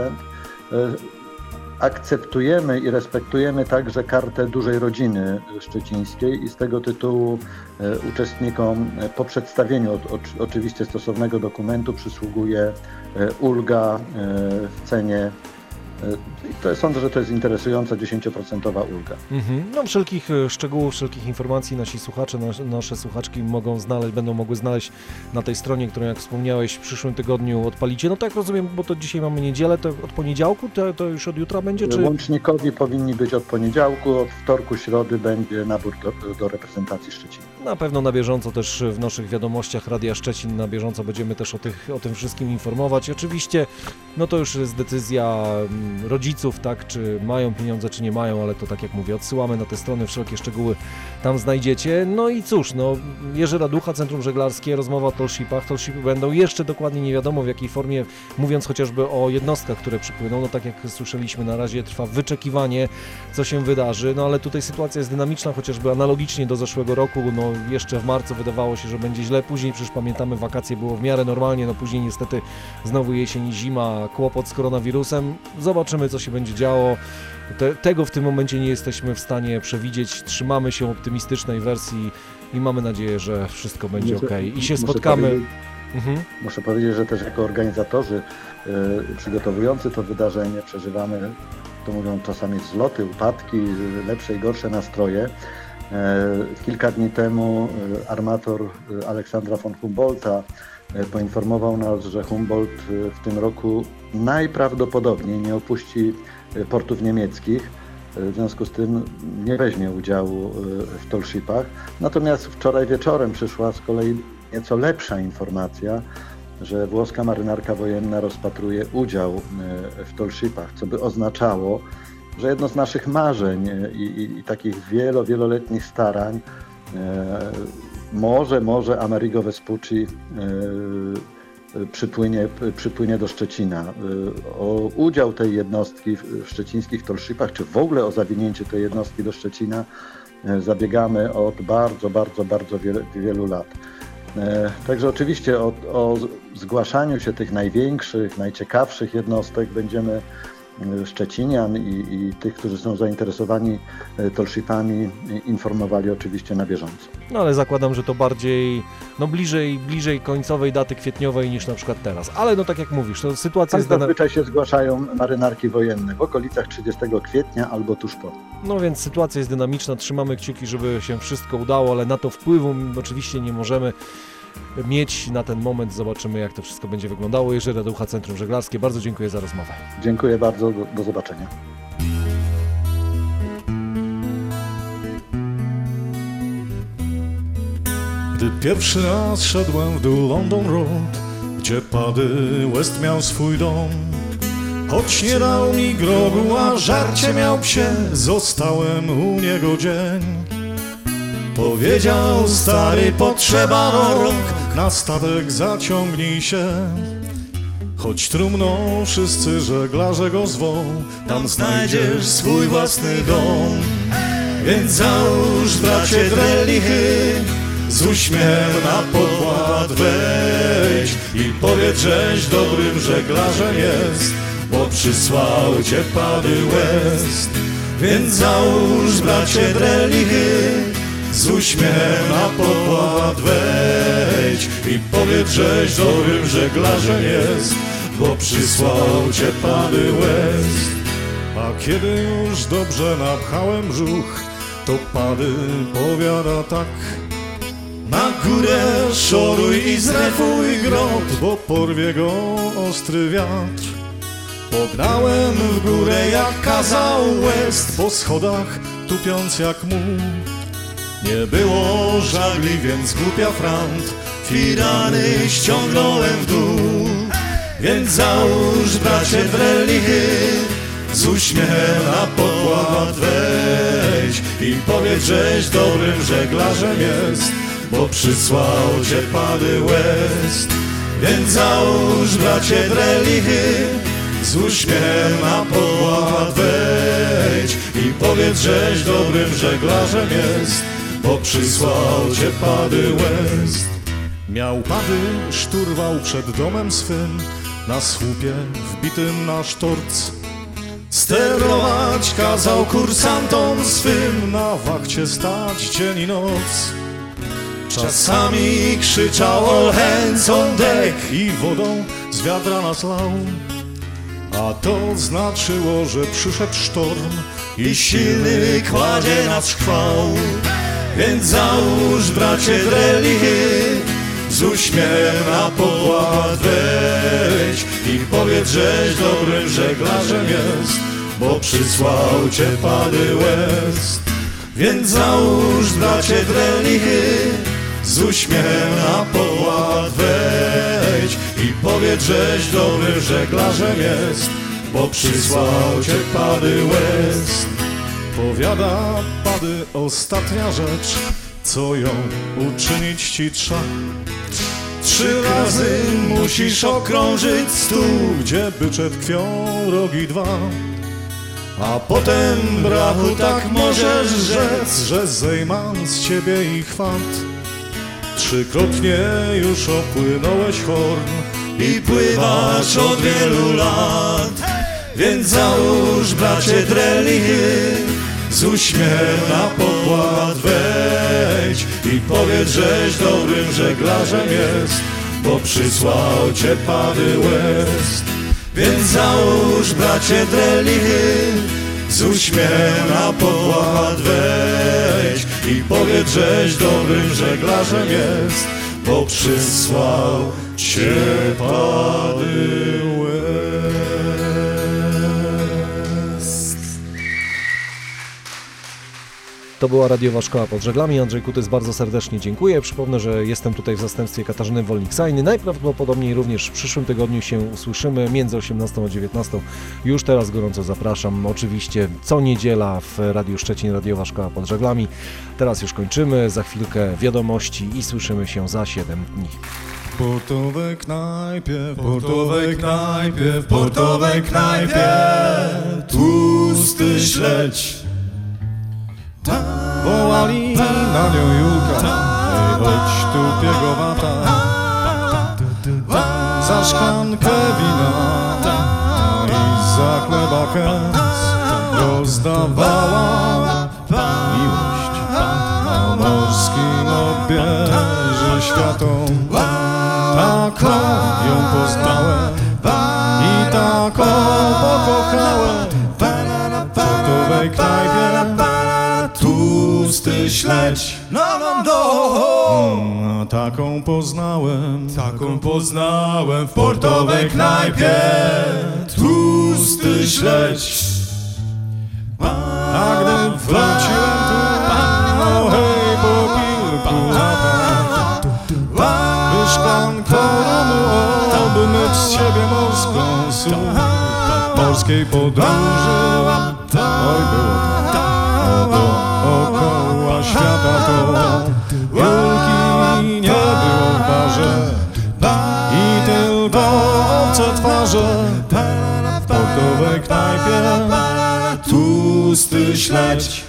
Akceptujemy i respektujemy także kartę dużej rodziny szczecińskiej i z tego tytułu uczestnikom po przedstawieniu oczywiście stosownego dokumentu przysługuje ulga w cenie. I sądzę, że to jest interesująca 10% ulga. No, wszelkich szczegółów, wszelkich informacji nasi słuchacze, nasze słuchaczki będą mogły znaleźć na tej stronie, którą, jak wspomniałeś, w przyszłym tygodniu odpalicie. No tak rozumiem, bo to dzisiaj mamy niedzielę, to od poniedziałku, to już od jutra będzie? Czy... Łącznikowi powinni być od poniedziałku, od wtorku, środy będzie nabór do reprezentacji Szczecina. Na pewno na bieżąco też w naszych wiadomościach Radia Szczecin, na bieżąco będziemy też o tym wszystkim informować. Oczywiście, no to już jest decyzja rodziców, tak, czy mają pieniądze, czy nie mają, ale to tak jak mówię, odsyłamy na te strony, wszelkie szczegóły tam znajdziecie. No i cóż, Jerzy Raducha, Centrum Żeglarskie, rozmowa o tallshipach. Tallshipy będą jeszcze dokładnie nie wiadomo w jakiej formie, mówiąc chociażby o jednostkach, które przypłyną. No tak jak słyszeliśmy, na razie trwa wyczekiwanie, co się wydarzy, no ale tutaj sytuacja jest dynamiczna, chociażby analogicznie do zeszłego roku, jeszcze w marcu wydawało się, że będzie źle, później przecież pamiętamy, wakacje było w miarę normalnie, później niestety znowu jesień, zima, kłopot z koronawirusem. Zobaczymy, co się będzie działo. Tego w tym momencie nie jesteśmy w stanie przewidzieć. Trzymamy się optymistycznej wersji i mamy nadzieję, że wszystko będzie ok. I się spotkamy. Muszę powiedzieć, że też jako organizatorzy przygotowujący to wydarzenie przeżywamy, to mówią czasami wzloty, upadki, lepsze i gorsze nastroje. Kilka dni temu armator Aleksandra von Humboldta poinformował nas, że Humboldt w tym roku najprawdopodobniej nie opuści portów niemieckich, w związku z tym nie weźmie udziału w tallshipach. Natomiast wczoraj wieczorem przyszła z kolei nieco lepsza informacja, że włoska marynarka wojenna rozpatruje udział w tallshipach, co by oznaczało, że jedno z naszych marzeń i takich wieloletnich starań, może Amerigo Vespucci przypłynie do Szczecina. O udział tej jednostki w szczecińskich Tollshipach, czy w ogóle o zawinięcie tej jednostki do Szczecina zabiegamy od bardzo wielu lat. Także oczywiście o zgłaszaniu się tych największych, najciekawszych jednostek będziemy Szczecinian i tych, którzy są zainteresowani Tollshipami, informowali oczywiście na bieżąco. No ale zakładam, że to bardziej, bliżej końcowej daty kwietniowej niż na przykład teraz. Ale no tak jak mówisz, to sytuacja jest... Zazwyczaj się zgłaszają marynarki wojenne w okolicach 30 kwietnia albo tuż po. No więc sytuacja jest dynamiczna, trzymamy kciuki, żeby się wszystko udało, ale na to wpływu oczywiście nie możemy mieć na ten moment. Zobaczymy, jak to wszystko będzie wyglądało. Jerzy Raducha, Centrum Żeglarskie. Bardzo dziękuję za rozmowę. Dziękuję bardzo. Do zobaczenia. Gdy pierwszy raz szedłem w dół London Road, gdzie Paddy West miał swój dom, choć nie dał mi grobu, a żarcie miał psie, zostałem u niego dzień. Powiedział stary, potrzeba rąk, na statek zaciągnij się. Choć trumną wszyscy żeglarze go zwą, tam znajdziesz swój własny dom. Więc załóż, bracie, drelichy, z uśmiechem na pokład wejdź i powiedz, żeś dobrym żeglarzem jest, bo przysłał cię Paddy West. Więc załóż, bracie, drelichy, z uśmiechem na pokład wejdź i powiedz, żeś dobrym żeglarzem jest, bo przysłał cię Paddy West. A kiedy już dobrze napchałem brzuch, to Paddy powiada tak: na górę szoruj i zrefuj grot, bo porwie go ostry wiatr. Pognałem w górę jak kazał West, po schodach tupiąc jak muł. Nie było żagli, więc głupia frant, firany ściągnąłem w dół. Więc załóż, bracie, drelichy, z uśmiechem na pokład wejdź i powiedz, żeś dobrym żeglarzem jest, bo przysłał cię Paddy West. Więc załóż, bracie, drelichy, z uśmiechem na pokład wejdź i powiedz, żeś dobrym żeglarzem jest, bo przysłał cię Paddy West. Miał Paddy szturwał przed domem swym, na słupie wbitym na sztorc. Sterować kazał kursantom swym, na wachcie stać dzień i noc. Czasami krzyczał all hands on deck i wodą z wiadra nas lał. A to znaczyło, że przyszedł sztorm i silny kładzie nas szkwał. Więc załóż, bracie, drelichy, z uśmiechem na pokład wejdź i powiedz, żeś dobrym żeglarzem jest, bo przysłał cię Paddy West. Więc załóż, bracie, drelichy, z uśmiechem na pokład wejdź i powiedz, żeś dobrym żeglarzem jest, bo przysłał cię Paddy West. Powiada Paddy, ostatnia rzecz, co ją uczynić ci trzeba. 3 razy musisz okrążyć stół, gdzie byczek tkwią rogi 2. A potem, brachu, tak możesz rzec, że zejmam z ciebie i chwat. 3-krotnie już opłynąłeś Horn i pływasz od wielu lat. Więc załóż, bracie, drelichy, z uśmiechem na pokład wejdź i powiedz, żeś dobrym żeglarzem jest, bo przysłał cię Paddy West. Więc załóż, bracie, drelichy, z uśmiechem na pokład wejdź i powiedz, żeś dobrym żeglarzem jest, bo przysłał cię Paddy West. To była Radiowa Szkoła pod Żaglami. Andrzej Kutys, bardzo serdecznie dziękuję. Przypomnę, że jestem tutaj w zastępstwie Katarzyny Wolnik-Sajny. Najprawdopodobniej również w przyszłym tygodniu się usłyszymy między 18 a 19. Już teraz gorąco zapraszam. Oczywiście co niedziela w Radiu Szczecin, Radiowa Szkoła pod Żaglami. Teraz już kończymy. Za chwilkę wiadomości i słyszymy się za 7 dni. portowej knajpie, w portowej knajpie, w portowej knajpie tłusty śledź. Wołali na nią Julka, hej, chodź tu piegowata, za szklankę wina i za chleba kęs rozdawała miłość, a morskim obierze światom. Taką ją poznałem i taką pokochałem w portowej knajpie tłusty śledź. A taką poznałem w portowej knajpie tłusty śledź. A gdy wróciłem tu, hej, po kilku latach, by szklanką rumu obmyć z siebie morską sól morskiej podróży. Oj, było tak, dookoła świata to Julki nie było w barze i tylko obce twarze w portowej knajpie tłusty śledź.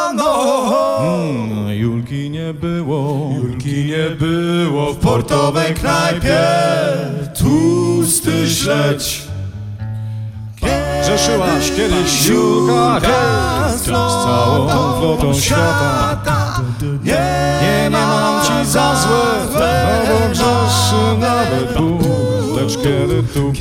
Julki nie było w portowej knajpie tłusty śledź. Grzeszyłaś kiedyś Julka, z całą flotą świata. Nie mam ci za złe, no bo grzeszy nawet Bóg. Lecz kiedy tu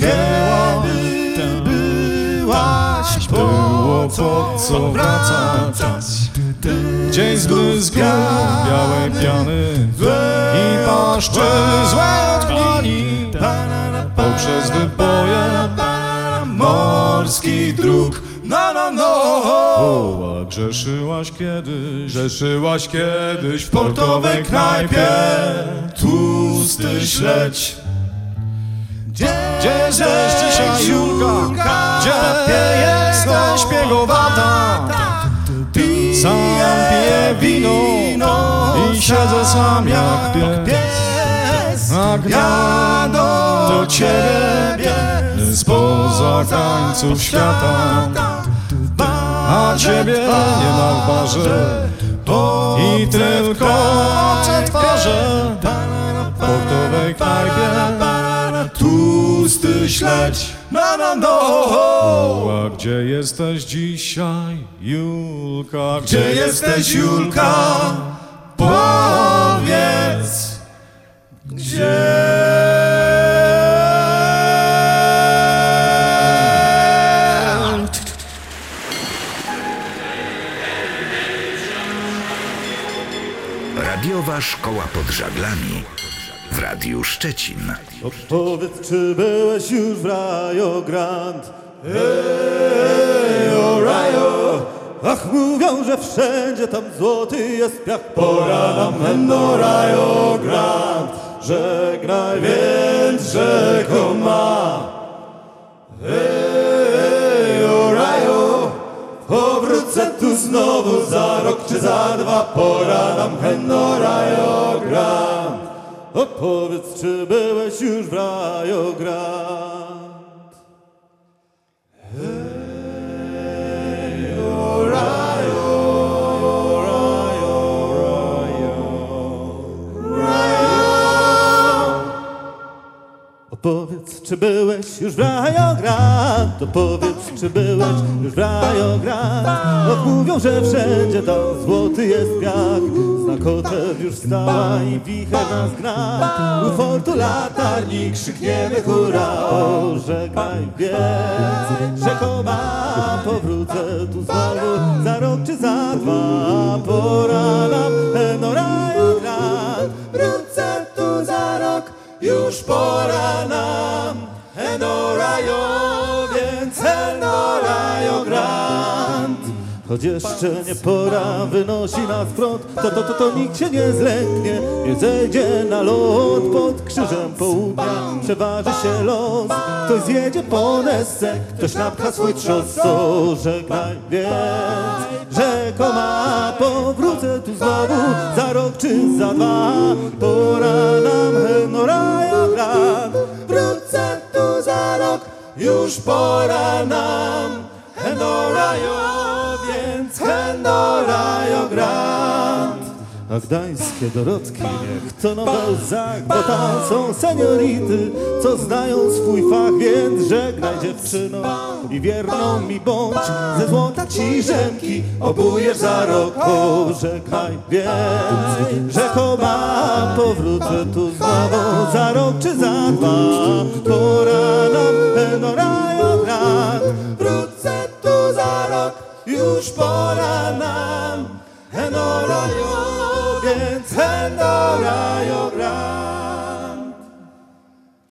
byłaś, było po co wracać. Dzień zbryzgu białej piany i paszczy złej otchłani poprzez wyboje morskich dróg. O, a grzeszyłaś kiedyś w portowej knajpie tłusty śledź. Gdzie jesteś dzisiaj, Julka? Gdzie jesteś, piegowata? Sam piję wino i siedzę sam jak pies. A gdy do ciebie spoza krańców świata, a ciebie nie ma w barze i tylko obce twarze w portowej knajpie tłusty śledź. A gdzie jesteś dzisiaj, Julka? Gdzie jesteś, Julka? Powiedz, gdzie? Radiowa Szkoła pod Żaglami w Radiu Szczecin. Powiedz, czy byłeś już w Rio Grande? Ejo, Rio. Ach, mówią, że wszędzie tam złoty jest piach. Pora nam no Rio Grande. Żegnaj więc rzeką ma. Ejo, Rio. Powrócę tu znowu za rok czy za dwa. Pora nam no Rio Grande. Opowiedz, czy byłeś już w Rio Grande? Opowiedz, czy byłeś już w Rio Grande? Opowiedz, czy byłeś już w Rio Grande? Mówią, że wszędzie tam złoty jest piach. Kotem już stała i wicher nas gra. U fortu latarni krzykniemy hurra. O, żegnaj więc rzeką ma. Powrócę tu znowu za rok czy za dwa. Pora nam no Rio Grande. Wrócę tu za rok, już pora nam no Rio, więc no Rio Grande. choć jeszcze nie pora, wynosi nas prąd. To nikt się nie zlęknie, nie zejdzie na lot. Pod krzyżem południa przeważy się los. Ktoś zjedzie po desce, ktoś napcha swój trzos. Co żegnaj więc, rzeko ma, powrócę tu znowu za rok czy za dwa. Pora nam Henoraja grad, wrócę tu za rok, już pora nam Henorajo, więc Henorajo grad. A gdańskie Dorotki niech toną we łzach, bo tam są seniority, co znają swój fach. Więc żegnaj dziewczyno i wierną mi bądź, ze złota ci rzemki obujesz za rok. O, żegnaj więc, rzeko ma, powrócę tu znowu za rok czy za dwa. Pora nam Henorajo grad, wrócę tu za rok, już pora nam Henorajo, więc Henorajo.